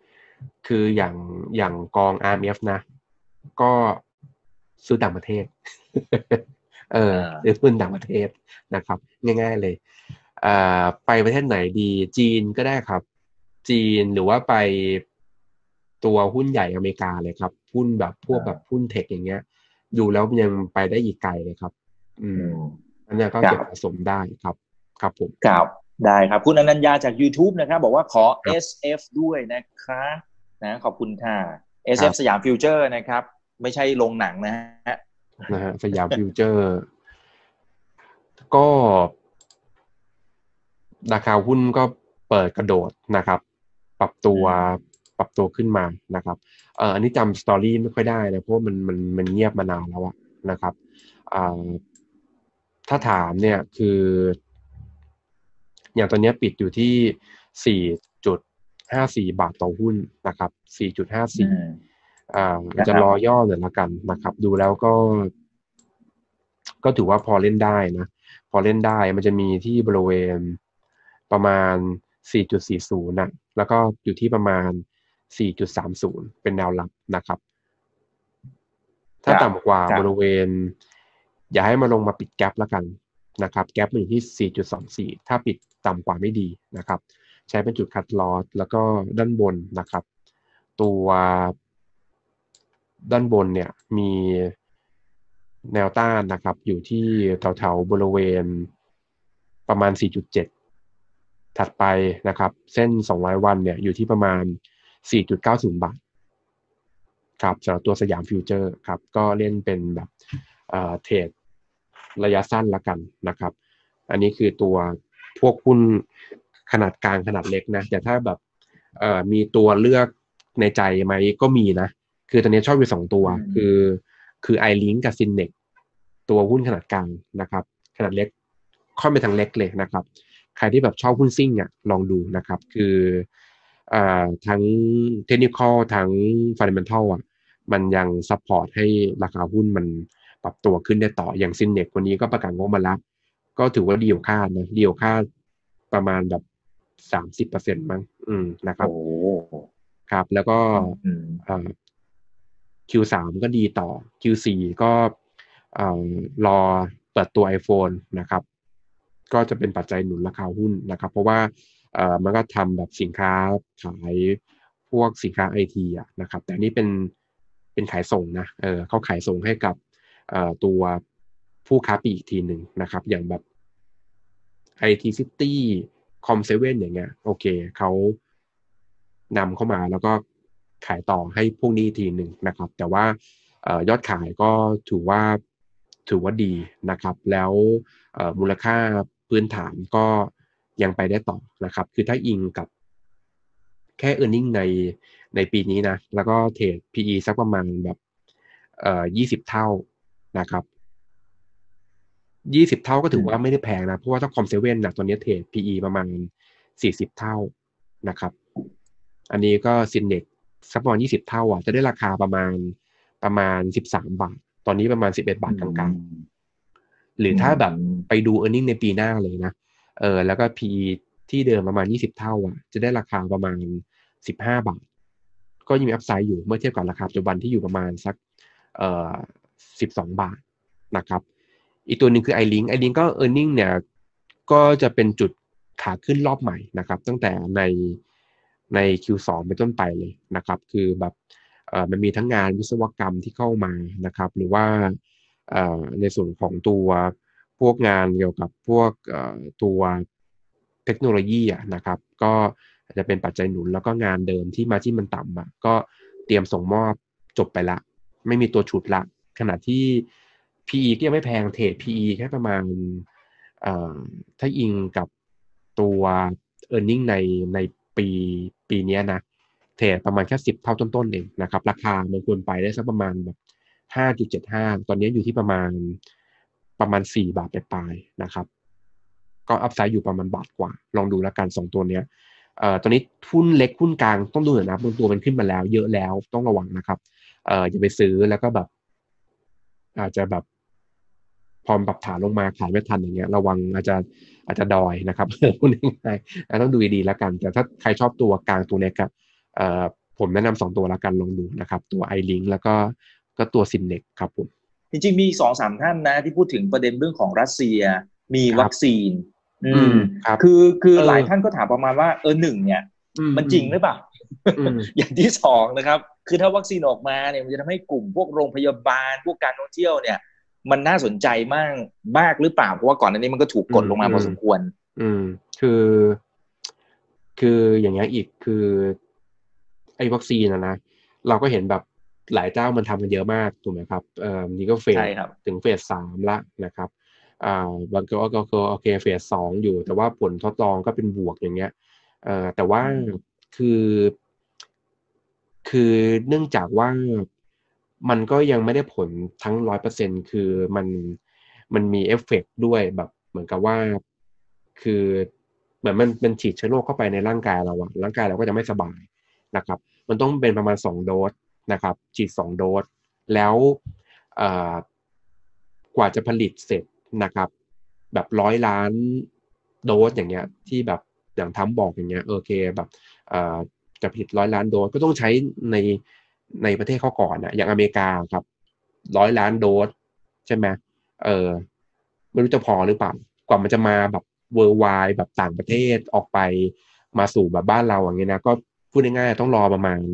อย่างกอง RMF นะก็ซื้อต่างประเทศซื้อหุ้นต่างประเทศนะครับง่ายๆเลยไปประเทศไหนดีจีนก็ได้ครับจีนหรือว่าไปตัวหุ้นใหญ่อเมริกาเลยครับหุ้นแบบพวกแบบหุ้นเทคอย่างเงี้ยดูแล้วยังไปได้อีกไกลเลยครับอันนี้ก็เก็บสะสมได้ครับครับผมครับได้ครับคุณอนัญญาจาก YouTube นะครับบอกว่าขอ SF ด้วยนะคะนะขอบคุณค่ะ SF สยามฟิวเจอร์นะครับไม่ใช่โรงหนังนะฮะสยามฟิวเจอร์ก็ราคาหุ้นก็เปิดกระโดดนะครับปรับตัวขึ้นมานะครับอันนี้จำสตอรี่ไม่ค่อยได้นะเพราะมันเงียบมานานแล้วอะนะครับถ้าถามเนี่ยคืออย่างตอนนี้ปิดอยู่ที่ 4.54 บาทต่อหุ้นนะครับ 4.54จะรอย่อหน่อยละกันนะครับดูแล้วก็ถือว่าพอเล่นได้นะพอเล่นได้มันจะมีที่บริเวณประมาณ 4.40 นะแล้วก็อยู่ที่ประมาณ 4.30 เป็นแนวรับนะครับถ้าต่ำกว่าบริเวณอย่าให้มาลงมาปิดแกปแล้วกันนะครับแกปมันอยู่ที่ 4.24 ถ้าปิดต่ำกว่าไม่ดีนะครับใช้เป็นจุดคัทลอสแล้วก็ด้านบนนะครับตัวด้านบนเนี่ยมีแนวต้านนะครับอยู่ที่แถวๆบริเวณประมาณ 4.7 ถัดไปนะครับเส้น200วันเนี่ยอยู่ที่ประมาณ 4.90 บาทครับสำหรับตัวสยามฟิวเจอร์ครับก็เล่นเป็นแบบเทรดระยะสั้นละกันนะครับอันนี้คือตัวพวกหุ้นขนาดกลางขนาดเล็กนะแต่ถ้าแบบมีตัวเลือกในใจไหมก็มีนะคือตอนนี้ชอบอยู่2ตัวคือ iLink กับ Synex ตัวหุ้นขนาดกลางนะครับขนาดเล็กค่อนไปทางเล็กเลยนะครับใครที่แบบชอบหุ้นซิ่งอ่ะลองดูนะครับคือทั้งเทคนิคอลทั้งฟันดัเมนทัลอ่ะมันยังซัพพอร์ตให้ราคาหุ้นมันปรับตัวขึ้นได้ต่ออย่าง Synex วันนี้ก็ประกาศงบมาแล้วก็ถือว่าดีกว่าคาดนะดีกว่าคาดประมาณแบบ 30% มั้งนะครับครับแล้วก็Q3 ก็ดีต่อ Q4 ก็รอเปิดตัว iPhone นะครับก็จะเป็นปัจจัยหนุนราคาหุ้นนะครับเพราะว่ามันก็ทำแบบสินค้าขายพวกสินค้า IT อ่ะนะครับแต่นี่เป็นขายส่งนะเขาขายส่งให้กับตัวผู้ค้าปลีกอีกทีหนึ่งนะครับอย่างแบบ IT City Com7 อย่างเงี้ยโอเคเขานำเข้ามาแล้วก็ขายต่อให้พวกนี้ทีหนึ่งนะครับแต่ว่ายอดขายก็ถือว่าดีนะครับแล้วมูลค่าพื้นฐานก็ยังไปได้ต่อนะครับคือถ้าอิงกับแค่ earning ในปีนี้นะแล้วก็เทรด PE สักประมาณแบบ20 เท่านะครับ20 เท่าก็ถือว่าไม่ได้แพงนะเพราะว่าถ้าCom7นะตอนนี้เทรด PE ประมาณ40 เท่านะครับอันนี้ก็ Synex สักประมาณ20 เท่าอ่ะจะได้ราคาประมาณ13 บาทตอนนี้ประมาณ11 บาทกลางๆหรือถ้าแบบไปดู earning ในปีหน้าเลยนะแล้วก็ PE ที่เดิมประมาณ20 เท่าอ่ะจะได้ราคาประมาณ15 บาทก็ยังมีอัพไซด์อยู่เมื่อเทียบกับราคาปัจจุบันที่อยู่ประมาณสัก12 บาทนะครับอีกตัวหนึ่งคือ iLink ก็ earning เนี่ยก็จะเป็นจุดขาขึ้นรอบใหม่นะครับตั้งแต่ใน Q2 เป็นต้นไปเลยนะครับคือแบบมันมีทั้งงานวิศวกรรมที่เข้ามานะครับหรือว่าในส่วนของตัวพวกงานเกี่ยวกับพวกตัวเทคโนโลยีนะครับก็จะเป็นปัจจัยหนุนแล้วก็งานเดิมที่มาที่มันต่ำก็เตรียมส่งมอบจบไปละไม่มีตัวฉุดละขณะที่ PE ก็ยังไม่แพงเทรด PE แค่ประมาณถ้าอิงกับตัว earning ในปีนี้นะเทรดประมาณแค่10 เท่าต้นๆเองนะครับราคามันควรไปได้สักประมาณแบบ 5.75 ตอนนี้อยู่ที่ประมาณ4 บาทปลายๆนะครับก็อัพไซด์อยู่ประมาณบาทกว่าลองดูแล้วกัน2ตัวเนี้ยตอนนี้หุ้นเล็กหุ้นกลางต้องดูหน่อยนะบางตัวมันขึ้นมาแล้วเยอะแล้วต้องระวังนะครับอย่าไปซื้อแล้วก็แบบอาจจะแบบพอปรับฐานลงมาขายไม่ทันอย่างเงี้ยระวังอาจจะดอยนะครับ พูดง่ายๆต้องดูดีๆแล้วกันแต่ถ้าใครชอบตัวกลางตัวเนี้ยครับผมแนะนำ2ตัวแล้วกันลองดูนะครับตัว iLink แล้วก็ตัว Synnex ครับผมจริงๆมี2-3ท่านนะที่พูดถึงประเด็นเรื่องของรัสเซียมีวัคซีนครับคือหลายท่านก็ถามประมาณว่าหนึ่งเนี่ยมันจริงหรือเปล่า อย่างที่สองนะครับคือถ้าวัคซีนออกมาเนี่ยมันจะทำให้กลุ่มพวกโรงพยาบาลพวกการท่องเที่ยวเนี่ยมันน่าสนใจมากหรือเปล่าเพราะว่าก่อนหน้านี้มันก็ถูกกดลงมาพอสมควรคืออย่างเงี้ยอีกคือไอ้วัคซีนนะเราก็เห็นแบบหลายเจ้ามันทำกันเยอะมากถูกไหมครับนี่ก็ถึงเฟส 3ละนะครับบางก็โอเคเฟส 2อยู่แต่ว่าผลทดลองก็เป็นบวกอย่างเงี้ยแต่ว่าคือเนื่องจากว่ามันก็ยังไม่ได้ผลทั้ง 100% คือมันมีเอฟเฟกต์ด้วยแบบเหมือนกับว่าคือเหมือนมันฉีดเชื้อโรคเข้าไปในร่างกายเราอะร่างกายเราก็จะไม่สบายนะครับมันต้องเป็นประมาณ2โดสนะครับฉีด2โดสแล้วกว่าจะผลิตเสร็จนะครับแบบ100 ล้านโดสอย่างเงี้ยที่แบบอย่างทำบอกอย่างเงี้ยโอเคแบบจะผลิต100 ล้านโดสก็ต้องใช้ในประเทศเขาก่อนนะอย่างอเมริกาครับ100 ล้านโดสใช่ไหมไม่รู้จะพอหรือเปล่ากว่ามันจะมาแบบเวอร์ไวด์แบบต่างประเทศออกไปมาสู่แบบบ้านเราอย่างเงี้ยนะก็พูดง่ายๆต้องรอประมาณ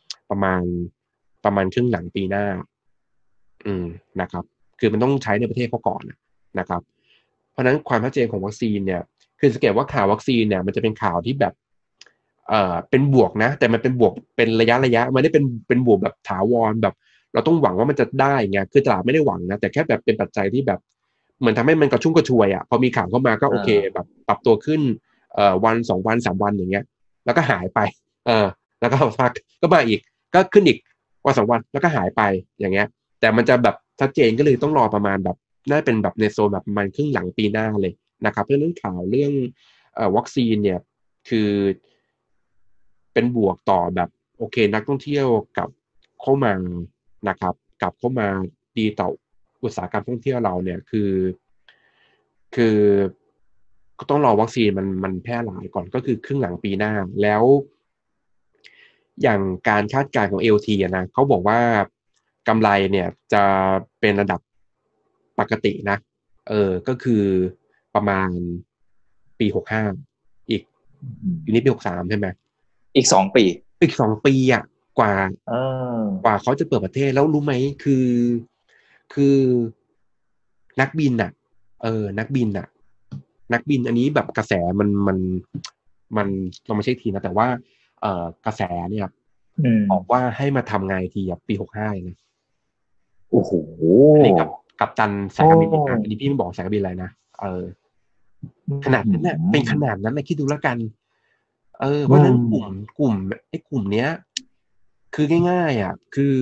ครึ่งหลังปีหน้านะครับคือมันต้องใช้ในประเทศเขาก่อนนะครับเพราะฉะนั้นความชัดเจนของวัคซีนเนี่ยคือสังเกตว่าข่าววัคซีนเนี่ยมันจะเป็นข่าวที่แบบเป็นบวกนะแต่มันเป็นบวกเป็นระยะไม่ได้เป็นบวกแบบถาวรแบบเราต้องหวังว่ามันจะได้ไงคือตลาดไม่ได้หวังนะแต่แค่แบบเป็นปัจจัยที่แบบเหมือนทำให้มันกระชุ่มกระชวยอ่ะพอมีข่าวเข้ามาก็โอเคแบบปรับตัวขึ้นวัน2 วัน3 วันอย่างเงี้ยแล้วก็หายไปแล้วก็พักก็มาอีกก็ขึ้นอีกวัน2 วันแล้วก็หายไปอย่างเงี้ยแต่มันจะแบบชัดเจนก็เลยต้องรอประมาณแบบน่าเป็นแบบในโซนแบบประมาณครึ่งหลังปีหน้าเลยนะครับเรื่องข่าวเรื่องวัคซีนเนี่ยคือเป็นบวกต่อแบบโอเคนักท่องเที่ยวกับเข้ามานะครับกลับเข้ามาดีต่ออุตสาหกรรมท่องเที่ยวเราเนี่ยคือก็ต้องรอวัคซีนมันแพร่หลายก่อนก็คือครึ่งหลังปีหน้าแล้วอย่างการคาดการณ์ของ LT นะเขาบอกว่ากำไรเนี่ยจะเป็นระดับปกตินะก็คือประมาณปี65ปีนี้ปี63ใช่ไหมอีก2 ปีอ่ะกว่าเขาจะเปิดประเทศแล้วรู้ไหมคือนักบินนักบินอันนี้แบบกระแสมันเราไม่ใช่ทีนะแต่ว่ากระแสเนี่ยบอกว่าให้มาทำงานทีปี65นะโอ้โหอันนี้กับตันสายการบินอันนี้พี่ไม่บอกสายการบินอะไรนะขนาดนั้นเนี่ยเป็นขนาดนั้นเลยคิดดูแล้วกันเพราะฉะนั้นกลุ่มเนี้ยคือง่ายๆอ่ะคือ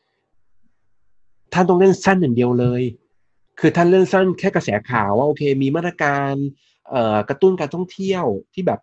ท่านต้องเล่นสั้นอย่างเดียวเลยคือท่านเล่นสั้นแค่กระแสข่าวว่าโอเคมีมาตรการกระตุ้นการท่องเที่ยวที่แบบ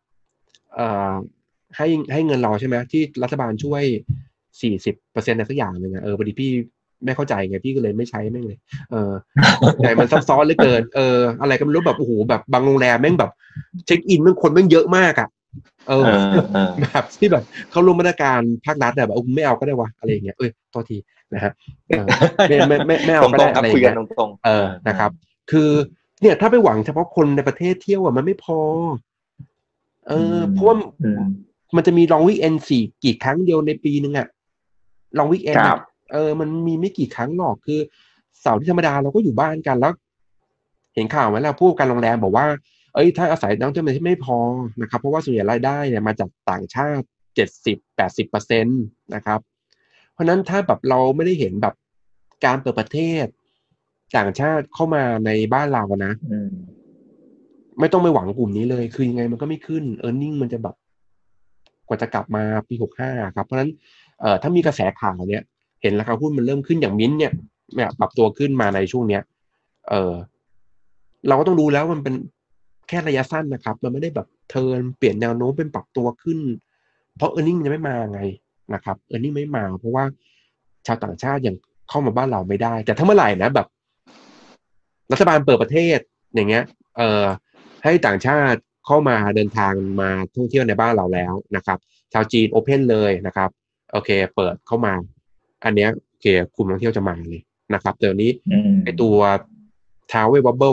ให้เงินเราใช่ไหมที่รัฐบาลช่วย 40% อะไรสักอย่างนึงพอดีพี่ไม่เข้าใจไงพี่ก็เลยไม่ใช้แม่งเลยแต่มันซับซ้อนเหลือเกินอะไรก็ไม่รู้แบบโอ้โหแบบบางโรงแรมแม่งแบบเช็คอินมันคนแม่งเยอะมากอ่ะแบบที่แบบเขาลงมาตรการภาครัฐแบบไม่เอาก็ได้วะอะไรอย่างเงี้ยโทษทีนะฮะไม่เอาก็ได้อะไรอย่างเงี้ยนะครับคือเนี่ยถ้าไปหวังเฉพาะคนในประเทศเที่ยวอ่ะมันไม่พอเพราะว่ามันจะมีลองวิกเอนกี่ครั้งเดียวในปีนึงอ่ะลองวิกเอนมันมีไม่กี่ครั้งหรอกคือเสาร์ที่ธรรมดาเราก็อยู่บ้านกันแล้วเห็นข่าวไหมล่ะผู้การโรงแรมบอกว่าถ้าอาศัยนักท่องเที่ยวที่ไม่พอนะครับเพราะว่าส่วนใหญ่รายได้เนี่ยมาจากต่างชาติ 70-80% นะครับเพราะนั้นถ้าแบบเราไม่ได้เห็นแบบการเปิดประเทศต่างชาติเข้ามาในบ้านเรานะไม่ต้องไปหวังกลุ่มนี้เลยคือยังไงมันก็ไม่ขึ้นearning มันจะแบบกว่าจะกลับมาปี65ครับเพราะฉะนั้นถ้ามีกระแสข่าวเนี่ยเห็นราคาหุ้นมันเริ่มขึ้นอย่างมิ้นเนี่ยปรับตัวขึ้นมาในช่วงเนี้ยเราก็ต้องดูแล้วมันเป็นแค่ระยะสั้นนะครับมันไม่ได้แบบเทิร์นเปลี่ยนแนวโน้มเป็นปรับตัวขึ้นเพราะ earning มันยังไม่มาไงนะครับ earning ไม่มาเพราะว่าชาวต่างชาติยังเข้ามาบ้านเราไม่ได้แต่ถ้าเมื่อไหร่นะแบบรัฐบาลเปิดประเทศอย่างเงี้ยให้ต่างชาติเข้ามาเดินทางมาท่องเที่ยวในบ้านเราแล้วนะครับชาวจีนโอเพนเลยนะครับโอเคเปิดเข้ามาอันเนี้ยโอเคกลุ่มท่องเที่ยวจะมาเลยนะครับแต่วันนี้ไอตัวทาวเวลบับเบิล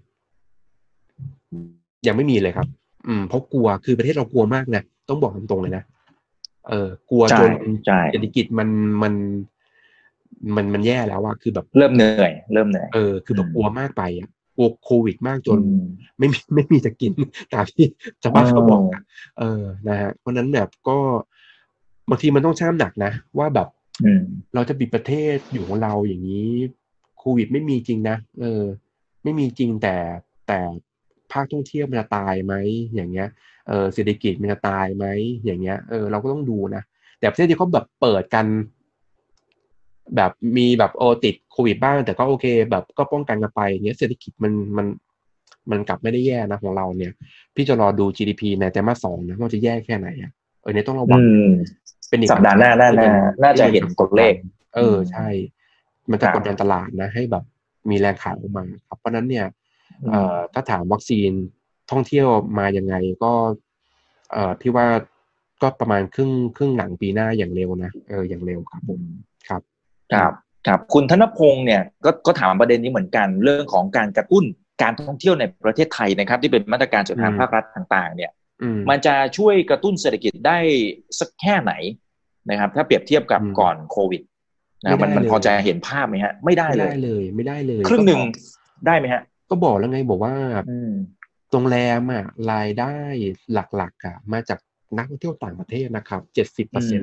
ยังไม่มีเลยครับเพราะกลัวคือประเทศเรากลัวมากนะต้องบอกตรงๆเลยนะกลัวจนเศรษฐกิจมันแย่แล้วว่าคือแบบเริ่มเหนื่อยคือแบบกลัวมากไปอ่ะกลัวโควิดมากจนไม่มีจะกินตามที่ชาวบ้านเขาบอกนะฮะเพราะนั้นแบบก็บางทีมันต้องชั่งน้ำหนักนะว่าแบบเราจะปิดประเทศอยู่ของเราอย่างนี้โควิดไม่มีจริงนะไม่มีจริงแต่ภาคท่องเที่ยวมันจะตายไหมอย่างเงี้ยเศรษฐกิจมันจะตายไหมอย่างเงี้ยเราก็ต้องดูนะแต่ประเทศที่เขาแบบเปิดกันแบบมีแบบติดโควิดบ้างแต่ก็โอเคแบบก็ป้องกันกันไปเงี้ยเศรษฐกิจมันกลับไม่ได้แย่นะของเราเนี่ยพี่จะรอดู GDP ในไตรมาส 2นะว่าจะแย่แค่ไหนเนี่ยต้องระวังเป็นอีกสัปดาห์หน้าน่าจะเห็นตัวเลขใช่มันจะกดดันตลาดนะให้แบบมีแรงขายออกมาครับเพราะนั้นเนี่ยถ้าถามวัคซีนท่องเที่ยวมายังไงก็พี่ว่าก็ประมาณครึ่งหลังปีหน้าอย่างเร็วนะอย่างเร็วครับผมครับคุณธนพงษ์เนี่ยก็ถามประเด็นนี้เหมือนกันเรื่องของการกระตุ้นการท่องเที่ยวในประเทศไทยนะครับที่เป็นมาตรการจากทางภาครัฐต่างๆเนี่ยมันจะช่วยกระตุ้นเศรษฐกิจได้สักแค่ไหนนะครับถ้าเปรียบเทียบกับก่อนโควิดนะมันพอจะเห็นภาพไหมฮะไม่ได้เลยครึ่งหนึ่งได้ไหมฮะก็บอกแล้วไงบอกว่าโรงแรมรายได้หลักๆมาจากนักท่องเที่ยวต่างประเทศนะครับ 70%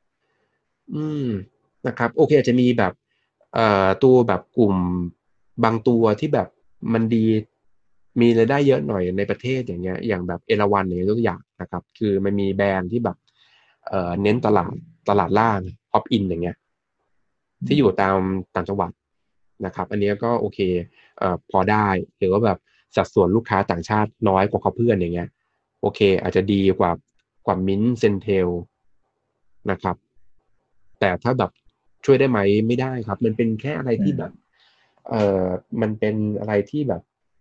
นะครับโอเคอาจจะมีแบบตัวแบบกลุ่มบางตัวที่แบบมันดีมีรายได้เยอะหน่อยในประเทศอย่างเงี้ยอย่างแบบเอราวัณอย่างตัวอย่างนะครับคือมันมีแบรนด์ที่แบบเน้นตลาดล่างฮอปอินอย่างเงี้ยที่อยู่ตามต่างจังหวัดนะครับอันนี้ก็โอเคพอได้หรือว่าแบบสัดส่วนลูกค้าต่างชาติน้อยกว่าเขาเพื่อนอย่างเงี้ยโอเคอาจจะดีกว่ามิ้นท์เซนเทลนะครับแต่ถ้าแบบช่วยได้ไหมไม่ได้ครับมันเป็นแค่อะไรที่แบบมันเป็นอะไรที่แบบ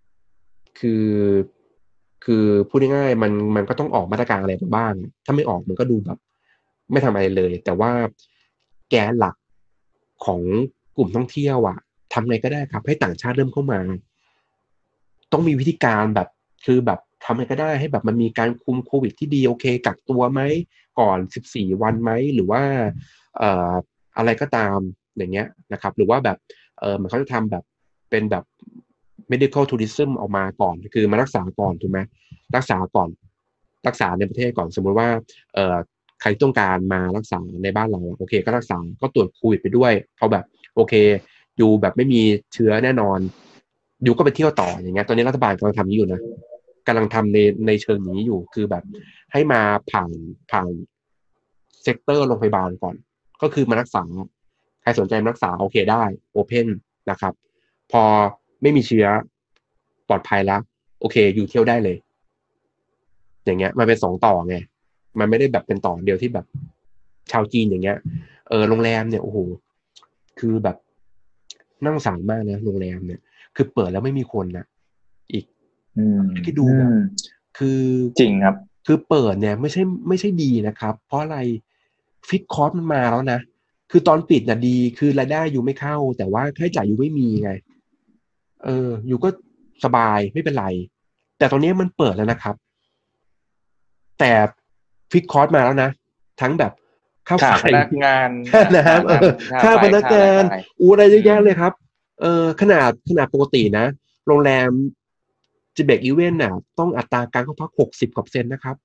คือพูดง่ายๆมันก็ต้องออกมาตรการอะไรบ้างถ้าไม่ออกมันก็ดูแบบไม่ทำอะไรเลยแต่ว่าแกนหลักของกลุ่มท่องเที่ยวทำไงก็ได้ครับให้ต่างชาติเริ่มเข้ามาต้องมีวิธีการแบบคือแบบทำไงก็ได้ให้แบบมันมีการคุมโควิดที่ดีโอเคกักตัวไหมก่อน14 วันไหมหรือว่าอะไรก็ตามอย่างเงี้ยนะครับหรือว่าแบบมันเขาจะทำแบบเป็นแบบ medical tourism ออกมาก่อนคือมารักษาก่อนถูกไหมรักษาในประเทศก่อนสมมุติว่าใครต้องการมารักษาในบ้านเราโอเคก็รักษาก็ตรวจโควิดไปด้วยเขาแบบโอเคอยู่แบบไม่มีเชื้อแน่นอนอยู่ก็ไปเที่ยวต่ออย่างเงี้ยตอนนี้รัฐบาลกำลังทำนี้อยู่นะกำลังทำในเชิงนี้อยู่คือแบบให้มาผ่านเซกเตอร์โรงพยาบาลก่อนก็คือมารักษาใครสนใจมารักษาโอเคได้โอเพนนะครับพอไม่มีเชื้อปลอดภัยแล้วโอเคอยู่เที่ยวได้เลยอย่างเงี้ยมันเป็น2 ต่อไงมันไม่ได้แบบเป็นต่อเดียวที่แบบชาวจีนอย่างเงี้ยโรงแรมเนี่ยโอ้โหคือแบบน่าสงสารมากนะโรงแรมเนี่ยคือเปิดแล้วไม่มีคนนะอีกที่ดูแบบคือจริงครับคือเปิดเนี่ยไม่ใช่ดีนะครับเพราะอะไรฟิกคอร์สมันมาแล้วนะคือตอนปิดน่ะดีคือรายได้อยู่ไม่เข้าแต่ว่าค่าใช้จ่ายอยู่ไม่มีไงอยู่ก็สบายไม่เป็นไรแต่ตอนนี้มันเปิดแล้วนะครับแต่ฟิกคอร์สมาแล้วนะทั้งแบบค่าไฟพนักงานนะครับค่าพนักงานอะไรเยอะแยะเลยครับขนาดปกตินะโรงแรมจะเบรกอีเวนต์น่ะต้องอัตราการเข้าพัก60% นะครับ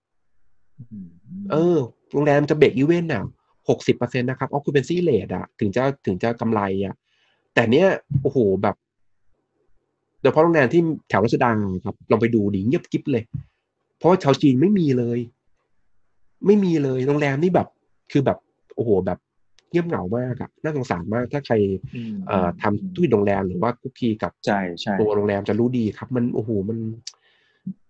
โรงแรมจะเบรกอีเวนต์น่ะ60% นะครับoccupancy rateถึงจะกำไรแต่เนี้ยโอ้โหแบบโดยเฉพาะโรงแรมที่แถวรัชดาครับลองไปดูดิเงียบกิ๊บเลยเพราะชาวจีนไม่มีเลยโรงแรมนี่แบบคือแบบโอ้โหแบบเงียบเหงามากน่าสงสารมากถ้าใครทำธุรกิจโรงแรมหรือว่าคุกคีกับตัวโรงแรมจะรู้ดีครับมันโอ้โห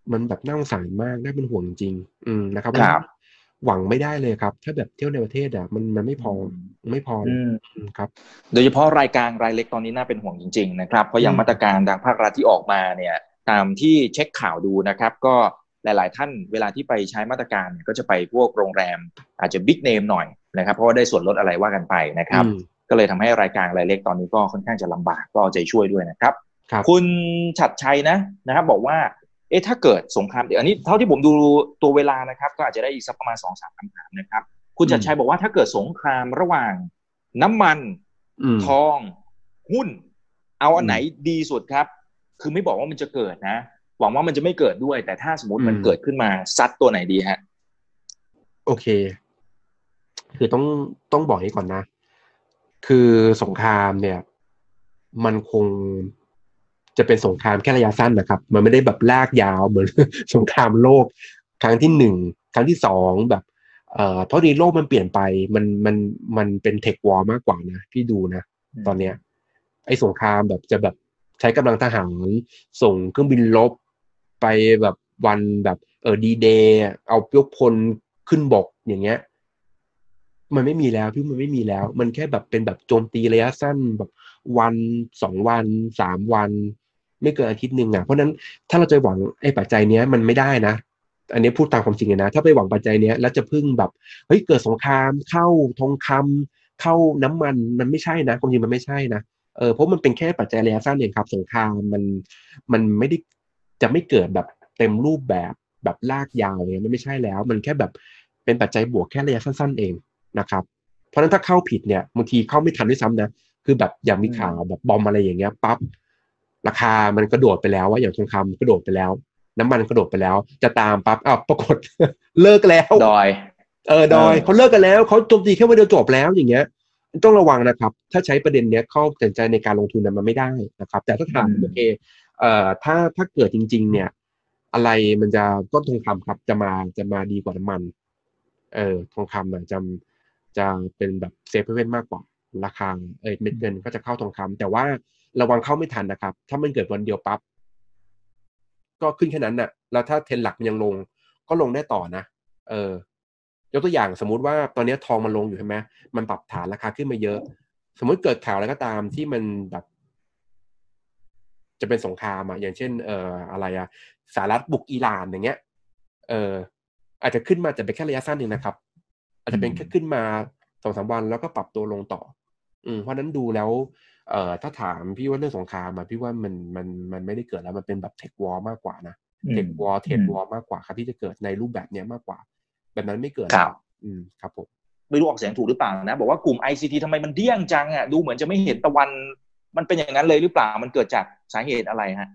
มันแบบน่าสงสารมากน่าเป็นห่วงจริงนะครับหวังไม่ได้เลยครับถ้าแบบเที่ยวในประเทศอ่ะมันไม่พอครับโดยเฉพาะรายกลางรายเล็กตอนนี้น่าเป็นห่วงจริงๆนะครับเพราะอย่างมาตรการทางภาครัฐที่ออกมาเนี่ยตามที่เช็คข่าวดูนะครับก็หลายๆท่านเวลาที่ไปใช้มาตรการก็จะไปพวกโรงแรมอาจจะบิ๊กเนมหน่อยนะครับเพราะว่าได้ส่วนลดอะไรว่ากันไปนะครับก็เลยทำให้รายกลางรายเล็กตอนนี้ก็ค่อนข้างจะลำบากก็เอาใจช่วยด้วยนะครับคุณฉัตรชัยนะครับบอกว่าถ้าเกิดสงครามอันนี้เท่าที่ผมดูตัวเวลานะครับก็อาจจะได้อีกสักประมาณ 2-3 คำถามนะครับคุณฉัตรชัยบอกว่าถ้าเกิดสงครามระหว่างน้ำมันทองหุ้นเอาอันไหนดีสุดครับคือไม่บอกว่ามันจะเกิดนะหวังว่ามันจะไม่เกิดด้วยแต่ถ้าสมมติมันเกิดขึ้นมาซัดตัวไหนดีฮะโอเคคือต้องบอกให้ก่อนนะคือสงครามเนี่ยมันคงจะเป็นสงครามแค่ระยะสั้นนะครับมันไม่ได้แบบลากยาวเหมือนสงครามโลกครั้งที่1ครั้งที่2แบบเพราะนี้โลกมันเปลี่ยนไปมันเป็นเทควอร์มากกว่านะพี่ดูนะตอนเนี้ยไอ้สงครามแบบจะแบบใช้กำลังทหารส่งเครื่องบินรบไปแบบวันแบบดีเดย์เอายกพลขึ้นบกอย่างเงี้ยมันไม่มีแล้วพี่มันไม่มีแล้วมันแค่แบบเป็นแบบโจมตีระยะสั้นแบบวัน2 วัน3 วันไม่เกินอาทิตย์นึงอ่ะเพราะนั้นถ้าเราจะหวังไอ้ปัจจัยเนี้ยมันไม่ได้นะอันนี้พูดตามความจริงเลยนะถ้าไปหวังปัจจัยเนี้ยแล้วจะพึ่งแบบเฮ้ยเกิดสงครามเข้าทองคำเข้าน้ำมันไม่ใช่นะความจริงมันไม่ใช่นะเพราะมันเป็นแค่ปัจจัยระยะสั้นเองครับสงครามมันไม่ได้จะไม่เกิดแบบเต็มรูปแบบลากยาวเลยมันไม่ใช่แล้วมันแค่แบบเป็นปัจจัยบวกแค่ระยะสั้นๆเองนะครับเพราะฉะนั้นถ้าเข้าผิดเนี่ยบางทีเข้าไม่ทันด้วยซ้ำนะคือแบบอย่างมีข่าวแบบบอมอะไรอย่างเงี้ยปั๊บราคามันกระโดดไปแล้วว่าอย่างทองคำกระโดดไปแล้วน้ำมันกระโดดไปแล้วจะตามปั๊บปรากฏ เลิกแล้วดอยเขาเลิกกันแล้วเขาโจมตีแค่วันเดียวจบแล้วอย่างเงี้ยต้องระวังนะครับถ้าใช้ประเด็นเนี้ยเข้าตัดสินใจในการลงทุนมันไม่ได้นะครับแต่ถ้าถามโอเคถ้าเกิดจริงๆเนี่ยอะไรมันจะต้นทองคำครับจะมาดีกว่าน้ำมันทองคำจะเป็นแบบเซฟเว่นมากกว่าราคาเม็ดเงินก็จะเข้าทองคำแต่ว่าระวังเข้าไม่ทันนะครับถ้ามันเกิดวันเดียวปั๊บก็ขึ้นแค่นั้นน่ะแล้วถ้าเทรนหลักมันยังลงก็ลงได้ต่อนะยกตัวอย่างสมมุติว่าตอนนี้ทองมันลงอยู่ใช่ไหมมันปรับฐานราคาขึ้นมาเยอะสมมุติเกิดข่าวอะไรก็ตามที่มันแบบจะเป็นสงครามอ่ะอย่างเช่นอะไรอ่ะสหรัฐบุกอิหร่านอย่างเงี้ยอาจจะขึ้นมาแต่เป็นแค่ระยะสั้นเองนะครับอาจจะเป็นแค่ขึ้นมา2-3 วันแล้วก็ปรับตัวลงต่อเพราะนั้นดูแล้วถ้าถามพี่ว่าเรื่องสงครามพี่ว่ามันไม่ได้เกิดแล้วมันเป็นแบบเทควอร์มากกว่านะเทควอร์เทรดวอร์มากกว่าครับที่จะเกิดในรูปแบบนี้มากกว่าแบบนั้นไม่เกิดครับผมไม่รู้ออกเสียงถูกหรือเปล่านะบอกว่ากลุ่ม ICT ทำไมมันเดี้ยงจังอ่ะดูเหมือนจะไม่เห็นตะวันมันเป็นอย่างนั้นเลยหรือเปล่ามันเกิดจากสาเหตุอะไรฮะ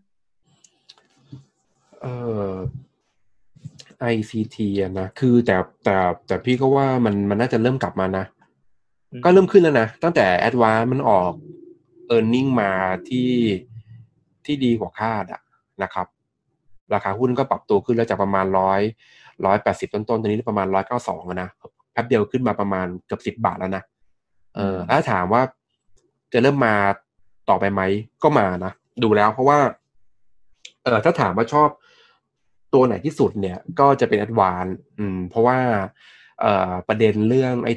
ICT นะคือแต่พี่ก็ว่ามันน่าจะเริ่มกลับมานะก็เริ่มขึ้นแล้วนะตั้งแต่ Advance มันออก earning มาที่ดีกว่าคาดนะครับราคาหุ้นก็ปรับตัวขึ้นแล้วจากประมาณ180ต้นๆตอนนี้ประมาณ192นะแป๊บเดียวขึ้นมาประมาณเกือบ10 บาทแล้วนะถ้าถามว่าจะเริ่มมาต่อไปไหมก็มานะดูแล้วเพราะว่าถ้าถามว่าชอบตัวไหนที่สุดเนี่ยก็จะเป็น Advance เพราะว่าประเด็นเรื่องไอ้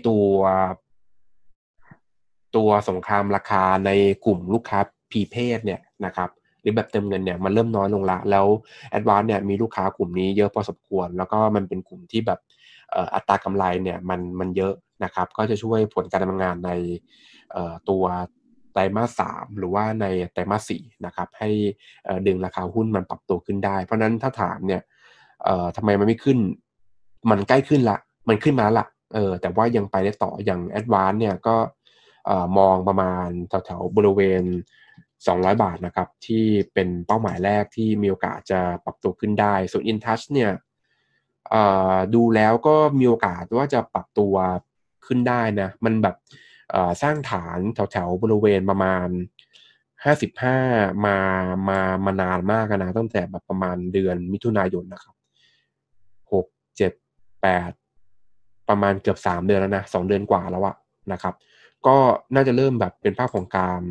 ตัวสงครามราคาในกลุ่มลูกค้าprepaidเนี่ยนะครับหรือแบบเติมเงินเนี่ยมันเริ่มน้อยลงละแล้ว Advance เนี่ยมีลูกค้ากลุ่มนี้เยอะพอสมควรแล้วก็มันเป็นกลุ่มที่แบบอัตรากำไรเนี่ยมันเยอะนะครับก็จะช่วยผลการดำเนินงานในตัวไตรมาส 3หรือว่าในไตรมาส 4นะครับให้ดึงราคาหุ้นมันปรับตัวขึ้นได้เพราะนั้นถ้าถามเนี่ยทำไมมันไม่ขึ้นมันใกล้ขึ้นละมันขึ้นมาละแต่ว่ายังไปได้ต่ออย่าง Advance เนี่ยก็มองประมาณแถวๆบริเวณ200 บาทนะครับที่เป็นเป้าหมายแรกที่มีโอกาสจะปรับตัวขึ้นได้ส่วน InTouch เนี่ยดูแล้วก็มีโอกาสว่าจะปรับตัวขึ้นได้นะมันแบบสร้างฐานแถวๆบริเวณประมาณ55มานานมากนะตั้งแต่แบบประมาณเดือนมิถุนายนนะครับ6 7 8ประมาณเกือบ3เดือนแล้วนะ2เดือนกว่าแล้วนะครับก็น่าจะเริ่มแบบเป็นภาพของ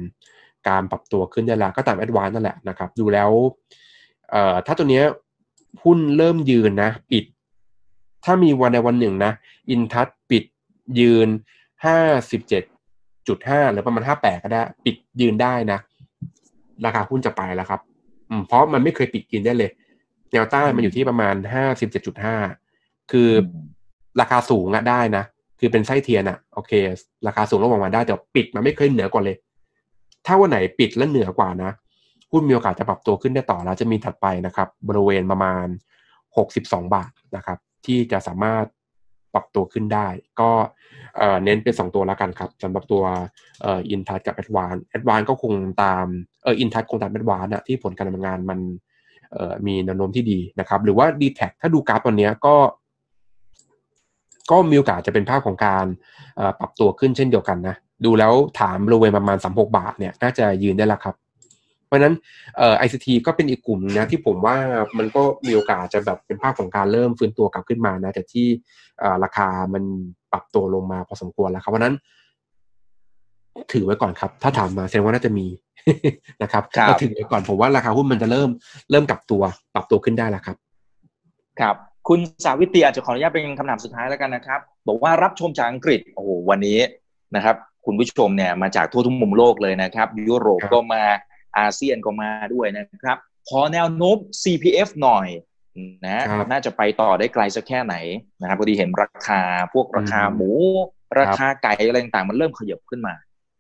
การปรับตัวขึ้นได้แล้วก็ตาม Advance นั่นแหละนะครับดูแล้วถ้าตัวเนี้ยหุ้นเริ่มยืนนะปิดถ้ามีวันในวันหนึ่งนะอินทัชปิดยืน 57.5 หรือประมาณ58ก็ได้ปิดยืนได้นะราคาหุ้นจะไปแล้วครับเพราะมันไม่เคยปิดยืนได้เลยแนวต้านมันอยู่ที่ประมาณ 57.5 คือราคาสูงอะได้นะคือเป็นไส้เทียนอะโอเคราคาสูงลงมาได้แต่ปิดมันไม่เคยเหนือกว่าเลยถ้าวันไหนปิดแล้วเหนือกว่านะหุ้นมีโอกาสจะปรับตัวขึ้นได้ต่อแล้วจะมีถัดไปนะครับบริเวณประมาณ62 บาทนะครับที่จะสามารถปรับตัวขึ้นได้ก็เน้นเป็น2ตัวแล้วกันครับสำหรับตัวอินทัชกับแอดวานซ์ก็คงตามอินทัชคงตามแอดวานซ์ที่ผลการดำเนินงานมันมีแนวโน้มที่ดีนะครับหรือว่า D-Tech ถ้าดูกราฟตอนนี้ก็มีโอกาสจะเป็นภาพของการปรับตัวขึ้นเช่นเดียวกันนะดูแล้วถามบริเวณประมาณ36 บาทเนี่ยน่าจะยืนได้แล้วครับเพราะฉะนั้นICT ก็เป็นอีกกลุ่มนะที่ผมว่ามันก็มีโอกาสจะแบบเป็นภาพของการเริ่มฟื้นตัวกลับขึ้นมานะแต่ที่ราคามันปรับตัวลงมาพอสมควรแล้วครับเพราะนั้นถือไว้ก่อนครับถ้าถามมาแสดงว่าน่าจะมี นะครับก็ถือไว้ก่อนผมว่าราคาหุ้นมันจะเริ่มกลับตัวปรับตัวขึ้นได้แล้วครับครับคุณสาวิตรีอาจจะขออนุญาตเป็นคำถามสุดท้ายแล้วกันนะครับบอกว่ารับชมจากอังกฤษโอ้โหวันนี้นะครับคุณผู้ชมเนี่ยมาจากทั่วทุกมุมโลกเลยนะครับยุโรปก็มาอาเซียนก็มาด้วยนะครับขอแนวโน้ม CPF หน่อยนะน่าจะไปต่อได้ไกลสักแค่ไหนนะครับพอดีเห็นราคาพวกราคาหมูราคาไก่อะไรต่างๆมันเริ่มขยับขึ้นมา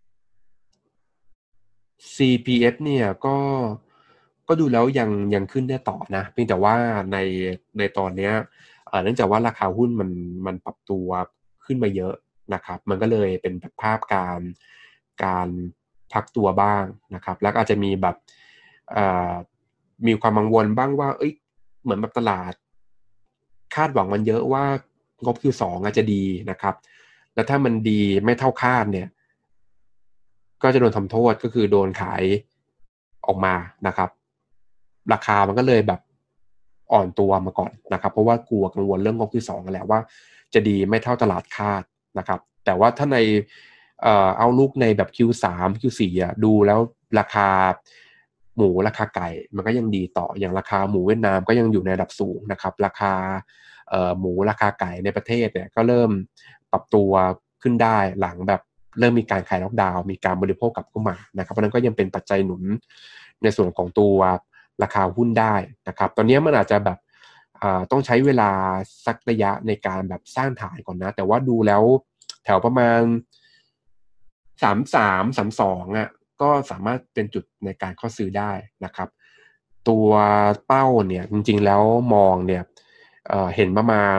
CPF เนี่ยก็ดูแล้วยังขึ้นได้ต่อนะเพียงแต่ว่าในตอนนี้เนื่องจากว่าราคาหุ้นมันปรับตัวขึ้นมาเยอะนะครับมันก็เลยเป็นภาพการพักตัวบ้างนะครับแล้วก็อาจจะมีแบบมีความกังวลบ้างว่าเหมือนแบบตลาดคาดหวังมันเยอะว่างบ Q2 อาจจะดีนะครับแล้วถ้ามันดีไม่เท่าคาดเนี่ยก็จะโดนทำโทษก็คือโดนขายออกมานะครับราคามันก็เลยแบบอ่อนตัวมาก่อนนะครับเพราะว่ากลัวกังวลเรื่องงบที่2กันแหละว่าจะดีไม่เท่าตลาดคาดนะครับแต่ว่าถ้าในเอาลุกในแบบ Q3 Q4 อ่ะดูแล้วราคาหมูราคาไก่มันก็ยังดีต่ออย่างราคาหมูเวียดนามก็ยังอยู่ในระดับสูงนะครับราคาหมูราคาไก่ในประเทศเนี่ยก็เริ่มปรับตัวขึ้นได้หลังแบบเริ่มมีการคลายล็อกดาวน์มีการบริโภคกลับเข้ามานะครับเพราะนั้นก็ยังเป็นปัจจัยหนุนในส่วนของตัวราคาหุ้นได้นะครับตอนนี้มันอาจจะแบบต้องใช้เวลาสักระยะในการแบบสร้างฐานก่อนนะแต่ว่าดูแล้วแถวประมาณ33-32อ่ะก็สามารถเป็นจุดในการเข้าซื้อได้นะครับตัวเป้าเนี่ยจริงๆแล้วมองเนี่ยเห็นประมาณ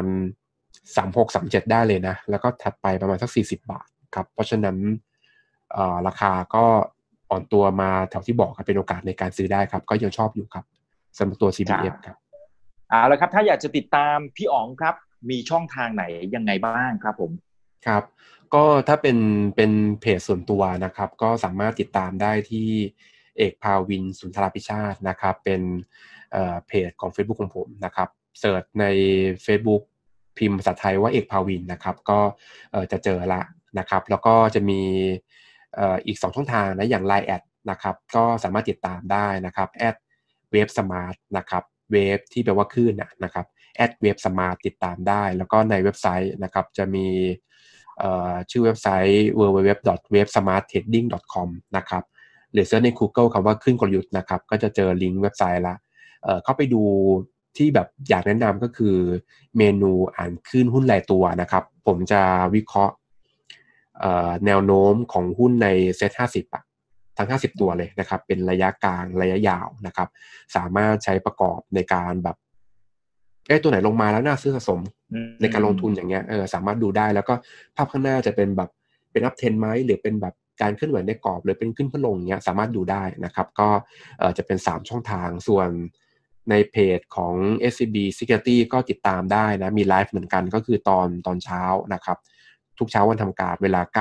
36-37ได้เลยนะแล้วก็ถัดไปประมาณสัก40 บาทครับเพราะฉะนั้นราคาก็อ่อนตัวมาแถวที่บอกครับเป็นโอกาสในการซื้อได้ครับก็ยังชอบอยู่ครับสำหรับตัว CPF ครับแล้วครับถ้าอยากจะติดตามพี่อ๋องครับมีช่องทางไหนยังไงบ้างครับผมครับก็ถ้าเป็นเพจส่วนตัวนะครับก็สามารถติดตามได้ที่เอกภาวินสุนทรพิชาตินะครับเป็นเพจของ Facebook ของผมนะครับเสิร์ชใน Facebook พิมพ์ภาษาไทยว่าเอกภาวินนะครับก็จะเจอละนะครับแล้วก็จะมีอีก2ช่องทางนะอย่าง Line แอดนะครับก็สามารถติดตามได้นะครับ@wavesmartนะครับเวฟที่แปลว่าคลื่นนะครับ@wavesmartติดตามได้แล้วก็ในเว็บไซต์นะครับจะมีชื่อเว็บไซต์ www.wavesmarttrading.com นะครับหรือเสิร์ชใน Google คำว่าคลื่นกลยุทธ์นะครับก็จะเจอลิงก์เว็บไซต์ละเข้าไปดูที่แบบอยากแนะนำก็คือเมนูอ่านคลื่นหุ้นรายตัวนะครับผมจะวิเคราะห์แนวโน้มของหุ้นในเซ็ต50ทั้ง50ตัวเลยนะครับเป็นระยะกลางระยะยาวนะครับสามารถใช้ประกอบในการแบบตัวไหนลงมาแล้วน่าซื้อสะสมในการลงทุนอย่างเงี้ยสามารถดูได้แล้วก็ภาพข้างหน้าจะเป็นแบบเป็นอัพเทรนด์ไหมหรือเป็นแบบการเคลื่อนไหวในกรอบหรือเป็นขึ้นขึ้นลงเงี้ยสามารถดูได้นะครับก็จะเป็น3ช่องทางส่วนในเพจของ SCB Security ก็ติดตามได้นะมีไลฟ์เหมือนกันก็คือตอนเช้านะครับทุกเช้าวันทำการเวลา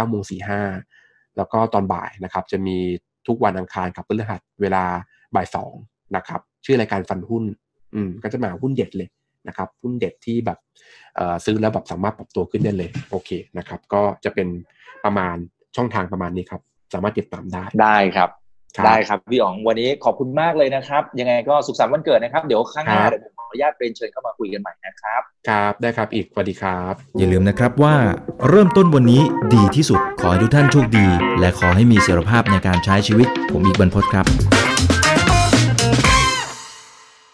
9:45 แล้วก็ตอนบ่ายนะครับจะมีทุกวันอังคารกับพฤหัสเวลาบ่าย 2นะครับชื่อรายการฟันหุ้นก็จะมาหุ้นเด็ดเลยนะครับหุ้นเด็ดที่แบบซื้อแล้วแบบสามารถปรับตัวขึ้นได้เลยโอเคนะครับก็จะเป็นประมาณช่องทางประมาณนี้ครับสามารถติดตามได้ครับพี่อ๋องวันนี้ขอบคุณมากเลยนะครับยังไงก็สุขสันต์วันเกิดนะครับเดี๋ยวข้างหน้าเดี๋ยวผมอนุญาตเรียนเชิญเข้ามาคุยกันใหม่นะครับครับได้ครับอีกสวัสดีครับอย่าลืมนะครับว่าเริ่มต้นวันนี้ดีที่สุดขอให้ทุกท่านโชคดีและขอให้มีเสรีภาพในการใช้ชีวิตผมอีกบรรพตครับ